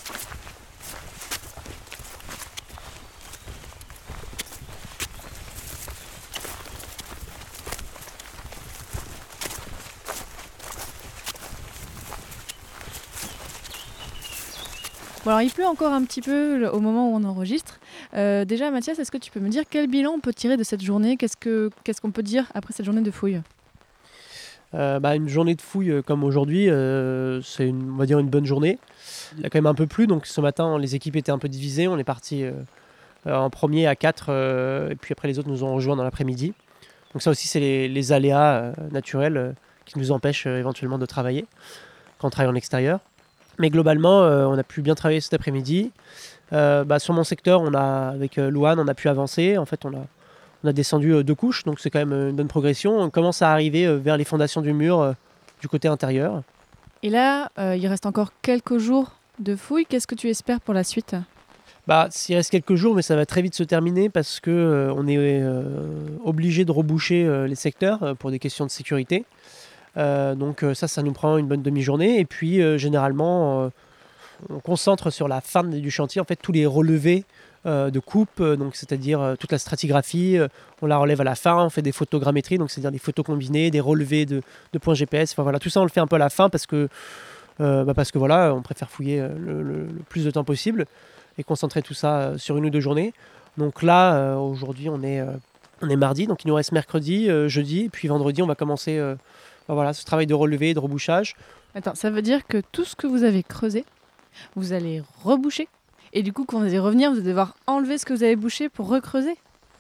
Bon alors il pleut encore un petit peu au moment où on enregistre. Euh, déjà Mathias, est-ce que tu peux me dire quel bilan on peut tirer de cette journée ? Qu'est-ce que, qu'est-ce qu'on peut dire après cette journée de fouille ? euh, bah, Une journée de fouille comme aujourd'hui, euh, c'est une, on va dire une bonne journée. Il y a quand même un peu plu, donc ce matin les équipes étaient un peu divisées. On est parti euh, en premier à quatre euh, et puis après les autres nous ont rejoints dans l'après-midi. Donc ça aussi c'est les, les aléas euh, naturels euh, qui nous empêchent euh, éventuellement de travailler quand on travaille en extérieur. Mais globalement, euh, on a pu bien travailler cet après-midi. Euh, bah, sur mon secteur, on a, avec euh, Louane, on a pu avancer. En fait, on a, on a descendu euh, deux couches, donc c'est quand même une bonne progression. On commence à arriver euh, vers les fondations du mur euh, du côté intérieur. Et là, euh, il reste encore quelques jours de fouilles. Qu'est-ce que tu espères pour la suite ? Bah, il reste quelques jours, mais ça va très vite se terminer parce qu'on euh, est euh, obligé de reboucher euh, les secteurs euh, pour des questions de sécurité. Euh, donc euh, ça, ça nous prend une bonne demi-journée. Et puis euh, généralement, euh, on concentre sur la fin du chantier, en fait, tous les relevés euh, de coupe, euh, donc c'est-à-dire euh, toute la stratigraphie. Euh, on la relève à la fin, on fait des photogrammétries, donc c'est-à-dire des photos combinées, des relevés de, de points G P S. Enfin voilà, tout ça on le fait un peu à la fin parce que, euh, bah, parce que voilà, on préfère fouiller le, le, le plus de temps possible et concentrer tout ça sur une ou deux journées. Donc là, euh, aujourd'hui, on est, euh, on est mardi, donc il nous reste mercredi, euh, jeudi, et puis vendredi, on va commencer. Euh, Voilà, ce travail de relevé, de rebouchage. Attends, ça veut dire que tout ce que vous avez creusé, vous allez reboucher ? Et du coup, quand vous allez revenir, vous allez devoir enlever ce que vous avez bouché pour recreuser ?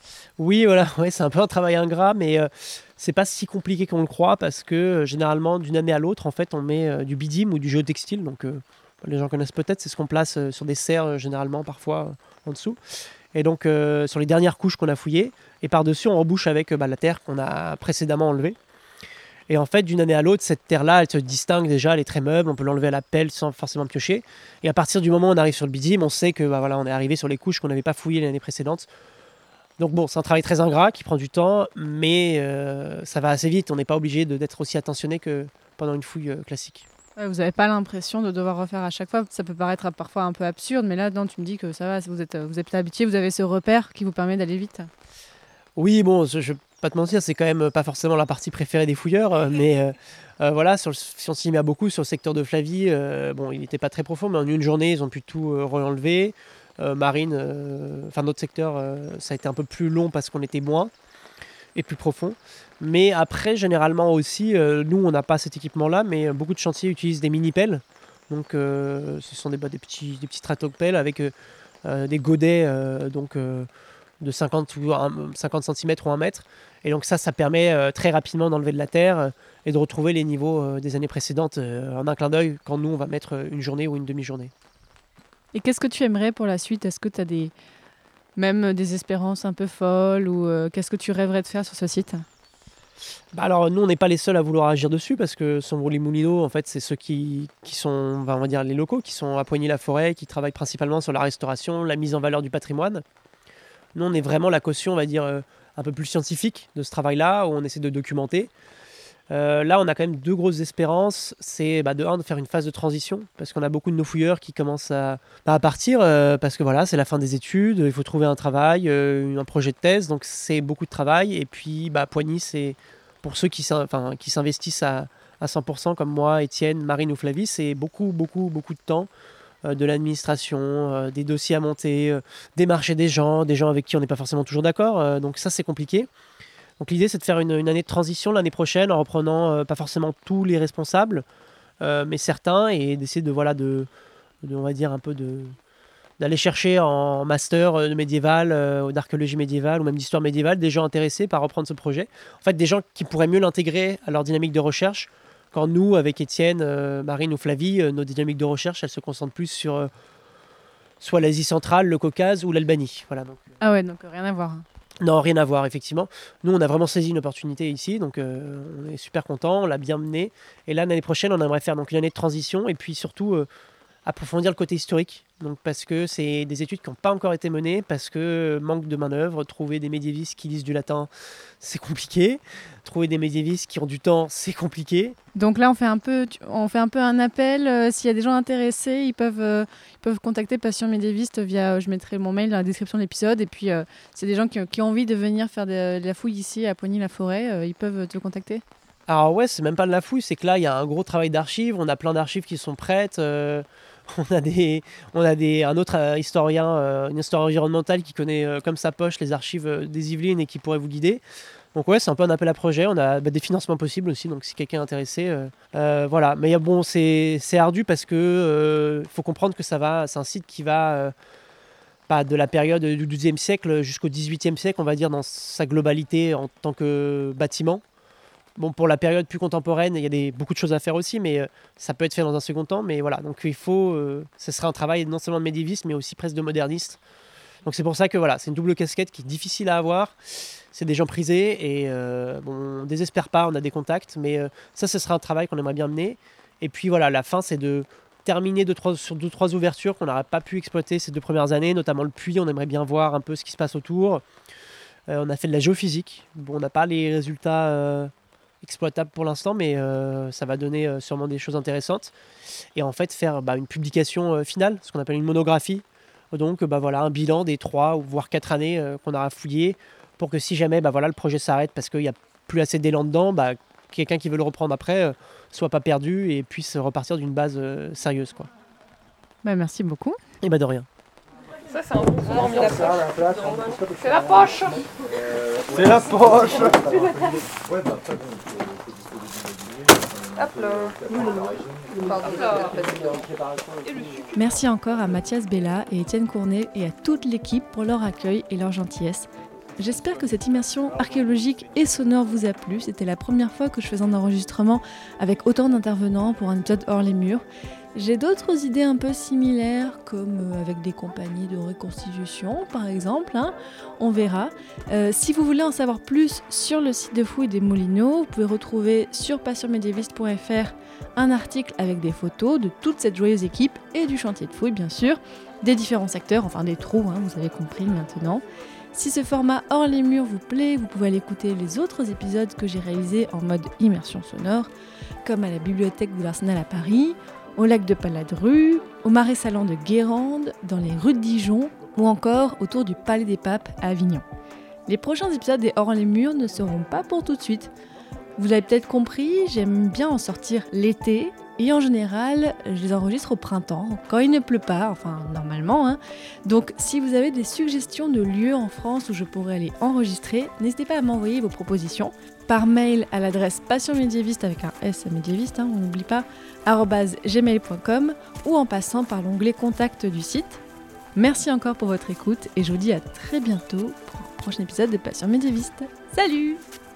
Oui, voilà, ouais, c'est un peu un travail ingrat, mais euh, c'est pas si compliqué qu'on le croit parce que euh, généralement, d'une année à l'autre, en fait, on met euh, du bidim ou du géotextile. Donc, euh, les gens connaissent peut-être, c'est ce qu'on place euh, sur des serres, euh, généralement, parfois euh, en dessous. Et donc, euh, sur les dernières couches qu'on a fouillées, et par-dessus, on rebouche avec euh, bah, la terre qu'on a précédemment enlevée. Et en fait, d'une année à l'autre, cette terre-là, elle se distingue déjà, elle est très meuble, on peut l'enlever à la pelle sans forcément piocher. Et à partir du moment où on arrive sur le bidim, on sait que bah, voilà, on est arrivé sur les couches qu'on n'avait pas fouillées l'année précédente. Donc bon, c'est un travail très ingrat qui prend du temps, mais euh, ça va assez vite. On n'est pas obligé de, d'être aussi attentionné que pendant une fouille euh, classique. Ouais, vous n'avez pas l'impression de devoir refaire à chaque fois. Ça peut paraître parfois un peu absurde, mais là, non, tu me dis que ça va, vous êtes, vous êtes habitué, vous avez ce repère qui vous permet d'aller vite. Oui, bon, je ne vais pas te mentir, c'est quand même pas forcément la partie préférée des fouilleurs, euh, mais euh, euh, voilà, sur le, si on s'y met à beaucoup sur le secteur de Flavie, euh, bon, il n'était pas très profond, mais en une journée, ils ont pu tout euh, re-enlever. Euh, Marine, enfin euh, notre secteur, euh, ça a été un peu plus long parce qu'on était moins et plus profond. Mais après, généralement aussi, euh, nous, on n'a pas cet équipement-là, mais beaucoup de chantiers utilisent des mini-pelles. Donc, euh, ce sont des, bah, des petits, des petits tractopelles avec euh, des godets euh, donc, euh, de cinquante, ou un, cinquante centimètres ou un mètre. Et donc ça, ça permet euh, très rapidement d'enlever de la terre euh, et de retrouver les niveaux euh, des années précédentes euh, en un clin d'œil quand nous, on va mettre une journée ou une demi-journée. Et qu'est-ce que tu aimerais pour la suite ? Est-ce que tu as des, même des espérances un peu folles ou euh, qu'est-ce que tu rêverais de faire sur ce site ? Bah alors nous, on n'est pas les seuls à vouloir agir dessus parce que Sombrou-les-Moulineaux, en fait, c'est ceux qui, qui sont, on va dire, les locaux, qui sont à Poigny-la-Forêt, qui travaillent principalement sur la restauration, la mise en valeur du patrimoine. Nous, on est vraiment la caution, on va dire, euh, un peu plus scientifique de ce travail-là, où on essaie de documenter. Euh, là, on a quand même deux grosses espérances. C'est bah, de un, de faire une phase de transition, parce qu'on a beaucoup de nos fouilleurs qui commencent à, bah, à partir, euh, parce que voilà, c'est la fin des études, il faut trouver un travail, euh, un projet de thèse, donc c'est beaucoup de travail. Et puis, bah, Poigny, c'est pour ceux qui, enfin, qui s'investissent à, à cent pour cent, comme moi, Étienne, Marine ou Flavie, c'est beaucoup, beaucoup, beaucoup de temps, euh, de l'administration, euh, des dossiers à monter, euh, démarcher des gens, des gens avec qui on n'est pas forcément toujours d'accord, euh, donc ça, c'est compliqué. Donc l'idée, c'est de faire une, une année de transition l'année prochaine en reprenant euh, pas forcément tous les responsables, euh, mais certains, et d'essayer de, voilà, de, de, on va dire un peu de, d'aller chercher en master de médiéval, euh, d'archéologie médiévale ou même d'histoire médiévale, des gens intéressés par reprendre ce projet. En fait, des gens qui pourraient mieux l'intégrer à leur dynamique de recherche, quand nous, avec Étienne, euh, Marine ou Flavie, euh, nos dynamiques de recherche, elles se concentrent plus sur euh, soit l'Asie centrale, le Caucase ou l'Albanie. Voilà, donc, euh... Ah ouais, donc rien à voir. Non, rien à voir, effectivement. Nous, on a vraiment saisi une opportunité ici, donc euh, on est super contents, on l'a bien mené. Et là, l'année prochaine, on aimerait faire donc, une année de transition et puis surtout euh, approfondir le côté historique. Donc, parce que c'est des études qui n'ont pas encore été menées, parce que manque de main-d'œuvre, trouver des médiévistes qui lisent du latin, c'est compliqué. Trouver des médiévistes qui ont du temps, c'est compliqué. Donc là, on fait un peu, on fait un, peu un appel. Euh, s'il y a des gens intéressés, ils peuvent, euh, ils peuvent contacter Passion Médiéviste via, euh, je mettrai mon mail dans la description de l'épisode. Et puis, euh, c'est des gens qui, qui ont envie de venir faire de, de la fouille ici à Poigny-la-Forêt, euh, ils peuvent te contacter. Alors ouais, c'est même pas de la fouille, c'est que là, il y a un gros travail d'archives. On a plein d'archives qui sont prêtes. Euh, on a, des, on a des, un autre euh, historien, euh, une histoire environnementale qui connaît euh, comme sa poche les archives euh, des Yvelines et qui pourrait vous guider. Donc ouais, c'est un peu un appel à projet. On a bah, des financements possibles aussi, donc si quelqu'un est intéressé, euh, euh, voilà. Mais bon, c'est, c'est ardu parce que euh, faut comprendre que ça va, c'est un site qui va euh, pas de la période du douzième siècle jusqu'au dix-huitième siècle, on va dire dans sa globalité en tant que bâtiment. Bon, pour la période plus contemporaine, il y a des, beaucoup de choses à faire aussi, mais euh, ça peut être fait dans un second temps. Mais voilà, donc il faut, euh, ce serait un travail non seulement de médiéviste, mais aussi presque de moderniste. Donc c'est pour ça que voilà, c'est une double casquette qui est difficile à avoir. C'est des gens prisés et euh, bon, on ne désespère pas, on a des contacts, mais euh, ça, ce serait un travail qu'on aimerait bien mener. Et puis voilà, la fin, c'est de terminer deux, trois, sur deux trois ouvertures qu'on n'aurait pas pu exploiter ces deux premières années, notamment le puits. On aimerait bien voir un peu ce qui se passe autour. Euh, on a fait de la géophysique. Bon, on n'a pas les résultats euh, exploitables pour l'instant, mais euh, ça va donner euh, sûrement des choses intéressantes. Et en fait, faire bah, une publication euh, finale, ce qu'on appelle une monographie. Donc, bah, voilà, un bilan des trois ou voire quatre années euh, qu'on aura fouillé, pour que si jamais bah, voilà, le projet s'arrête parce qu'il n'y a plus assez d'élan dedans, bah, quelqu'un qui veut le reprendre après euh, soit pas perdu et puisse repartir d'une base euh, sérieuse, quoi. Bah, merci beaucoup. Et bah de rien. Ça, c'est un bon son d'ambiance. C'est la poche. C'est la poche. Hop là. Hop là. Merci encore à Mathias Bella et Étienne Cournet et à toute l'équipe pour leur accueil et leur gentillesse. j'espère que cette immersion archéologique et sonore vous a plu. C'était la première fois que je faisais un enregistrement avec autant d'intervenants pour un épisode hors les murs. J'ai d'autres idées un peu similaires, comme avec des compagnies de reconstitution, par exemple. Hein. On verra. Euh, si vous voulez en savoir plus sur le site de Fouilles des Moulineaux, vous pouvez retrouver sur passion médiéviste point f r un article avec des photos de toute cette joyeuse équipe et du chantier de fouilles, bien sûr, des différents secteurs, enfin des trous, hein, vous avez compris maintenant. Si ce format hors les murs vous plaît, vous pouvez aller écouter les autres épisodes que j'ai réalisés en mode immersion sonore, comme à la bibliothèque de l'Arsenal à Paris, au lac de Paladru, au marais salant de Guérande, dans les rues de Dijon ou encore autour du Palais des Papes à Avignon. Les prochains épisodes des Hors les Murs ne seront pas pour tout de suite. Vous l'avez peut-être compris, j'aime bien en sortir l'été et en général, je les enregistre au printemps, quand il ne pleut pas, enfin normalement. Hein. Donc si vous avez des suggestions de lieux en France où je pourrais aller enregistrer, n'hésitez pas à m'envoyer vos propositions par mail à l'adresse passionmédiéviste avec un S à médiéviste, hein, on n'oublie pas, arobase gmail point com ou en passant par l'onglet contact du site. Merci encore pour votre écoute et je vous dis à très bientôt pour un prochain épisode de Passion médiéviste. Salut!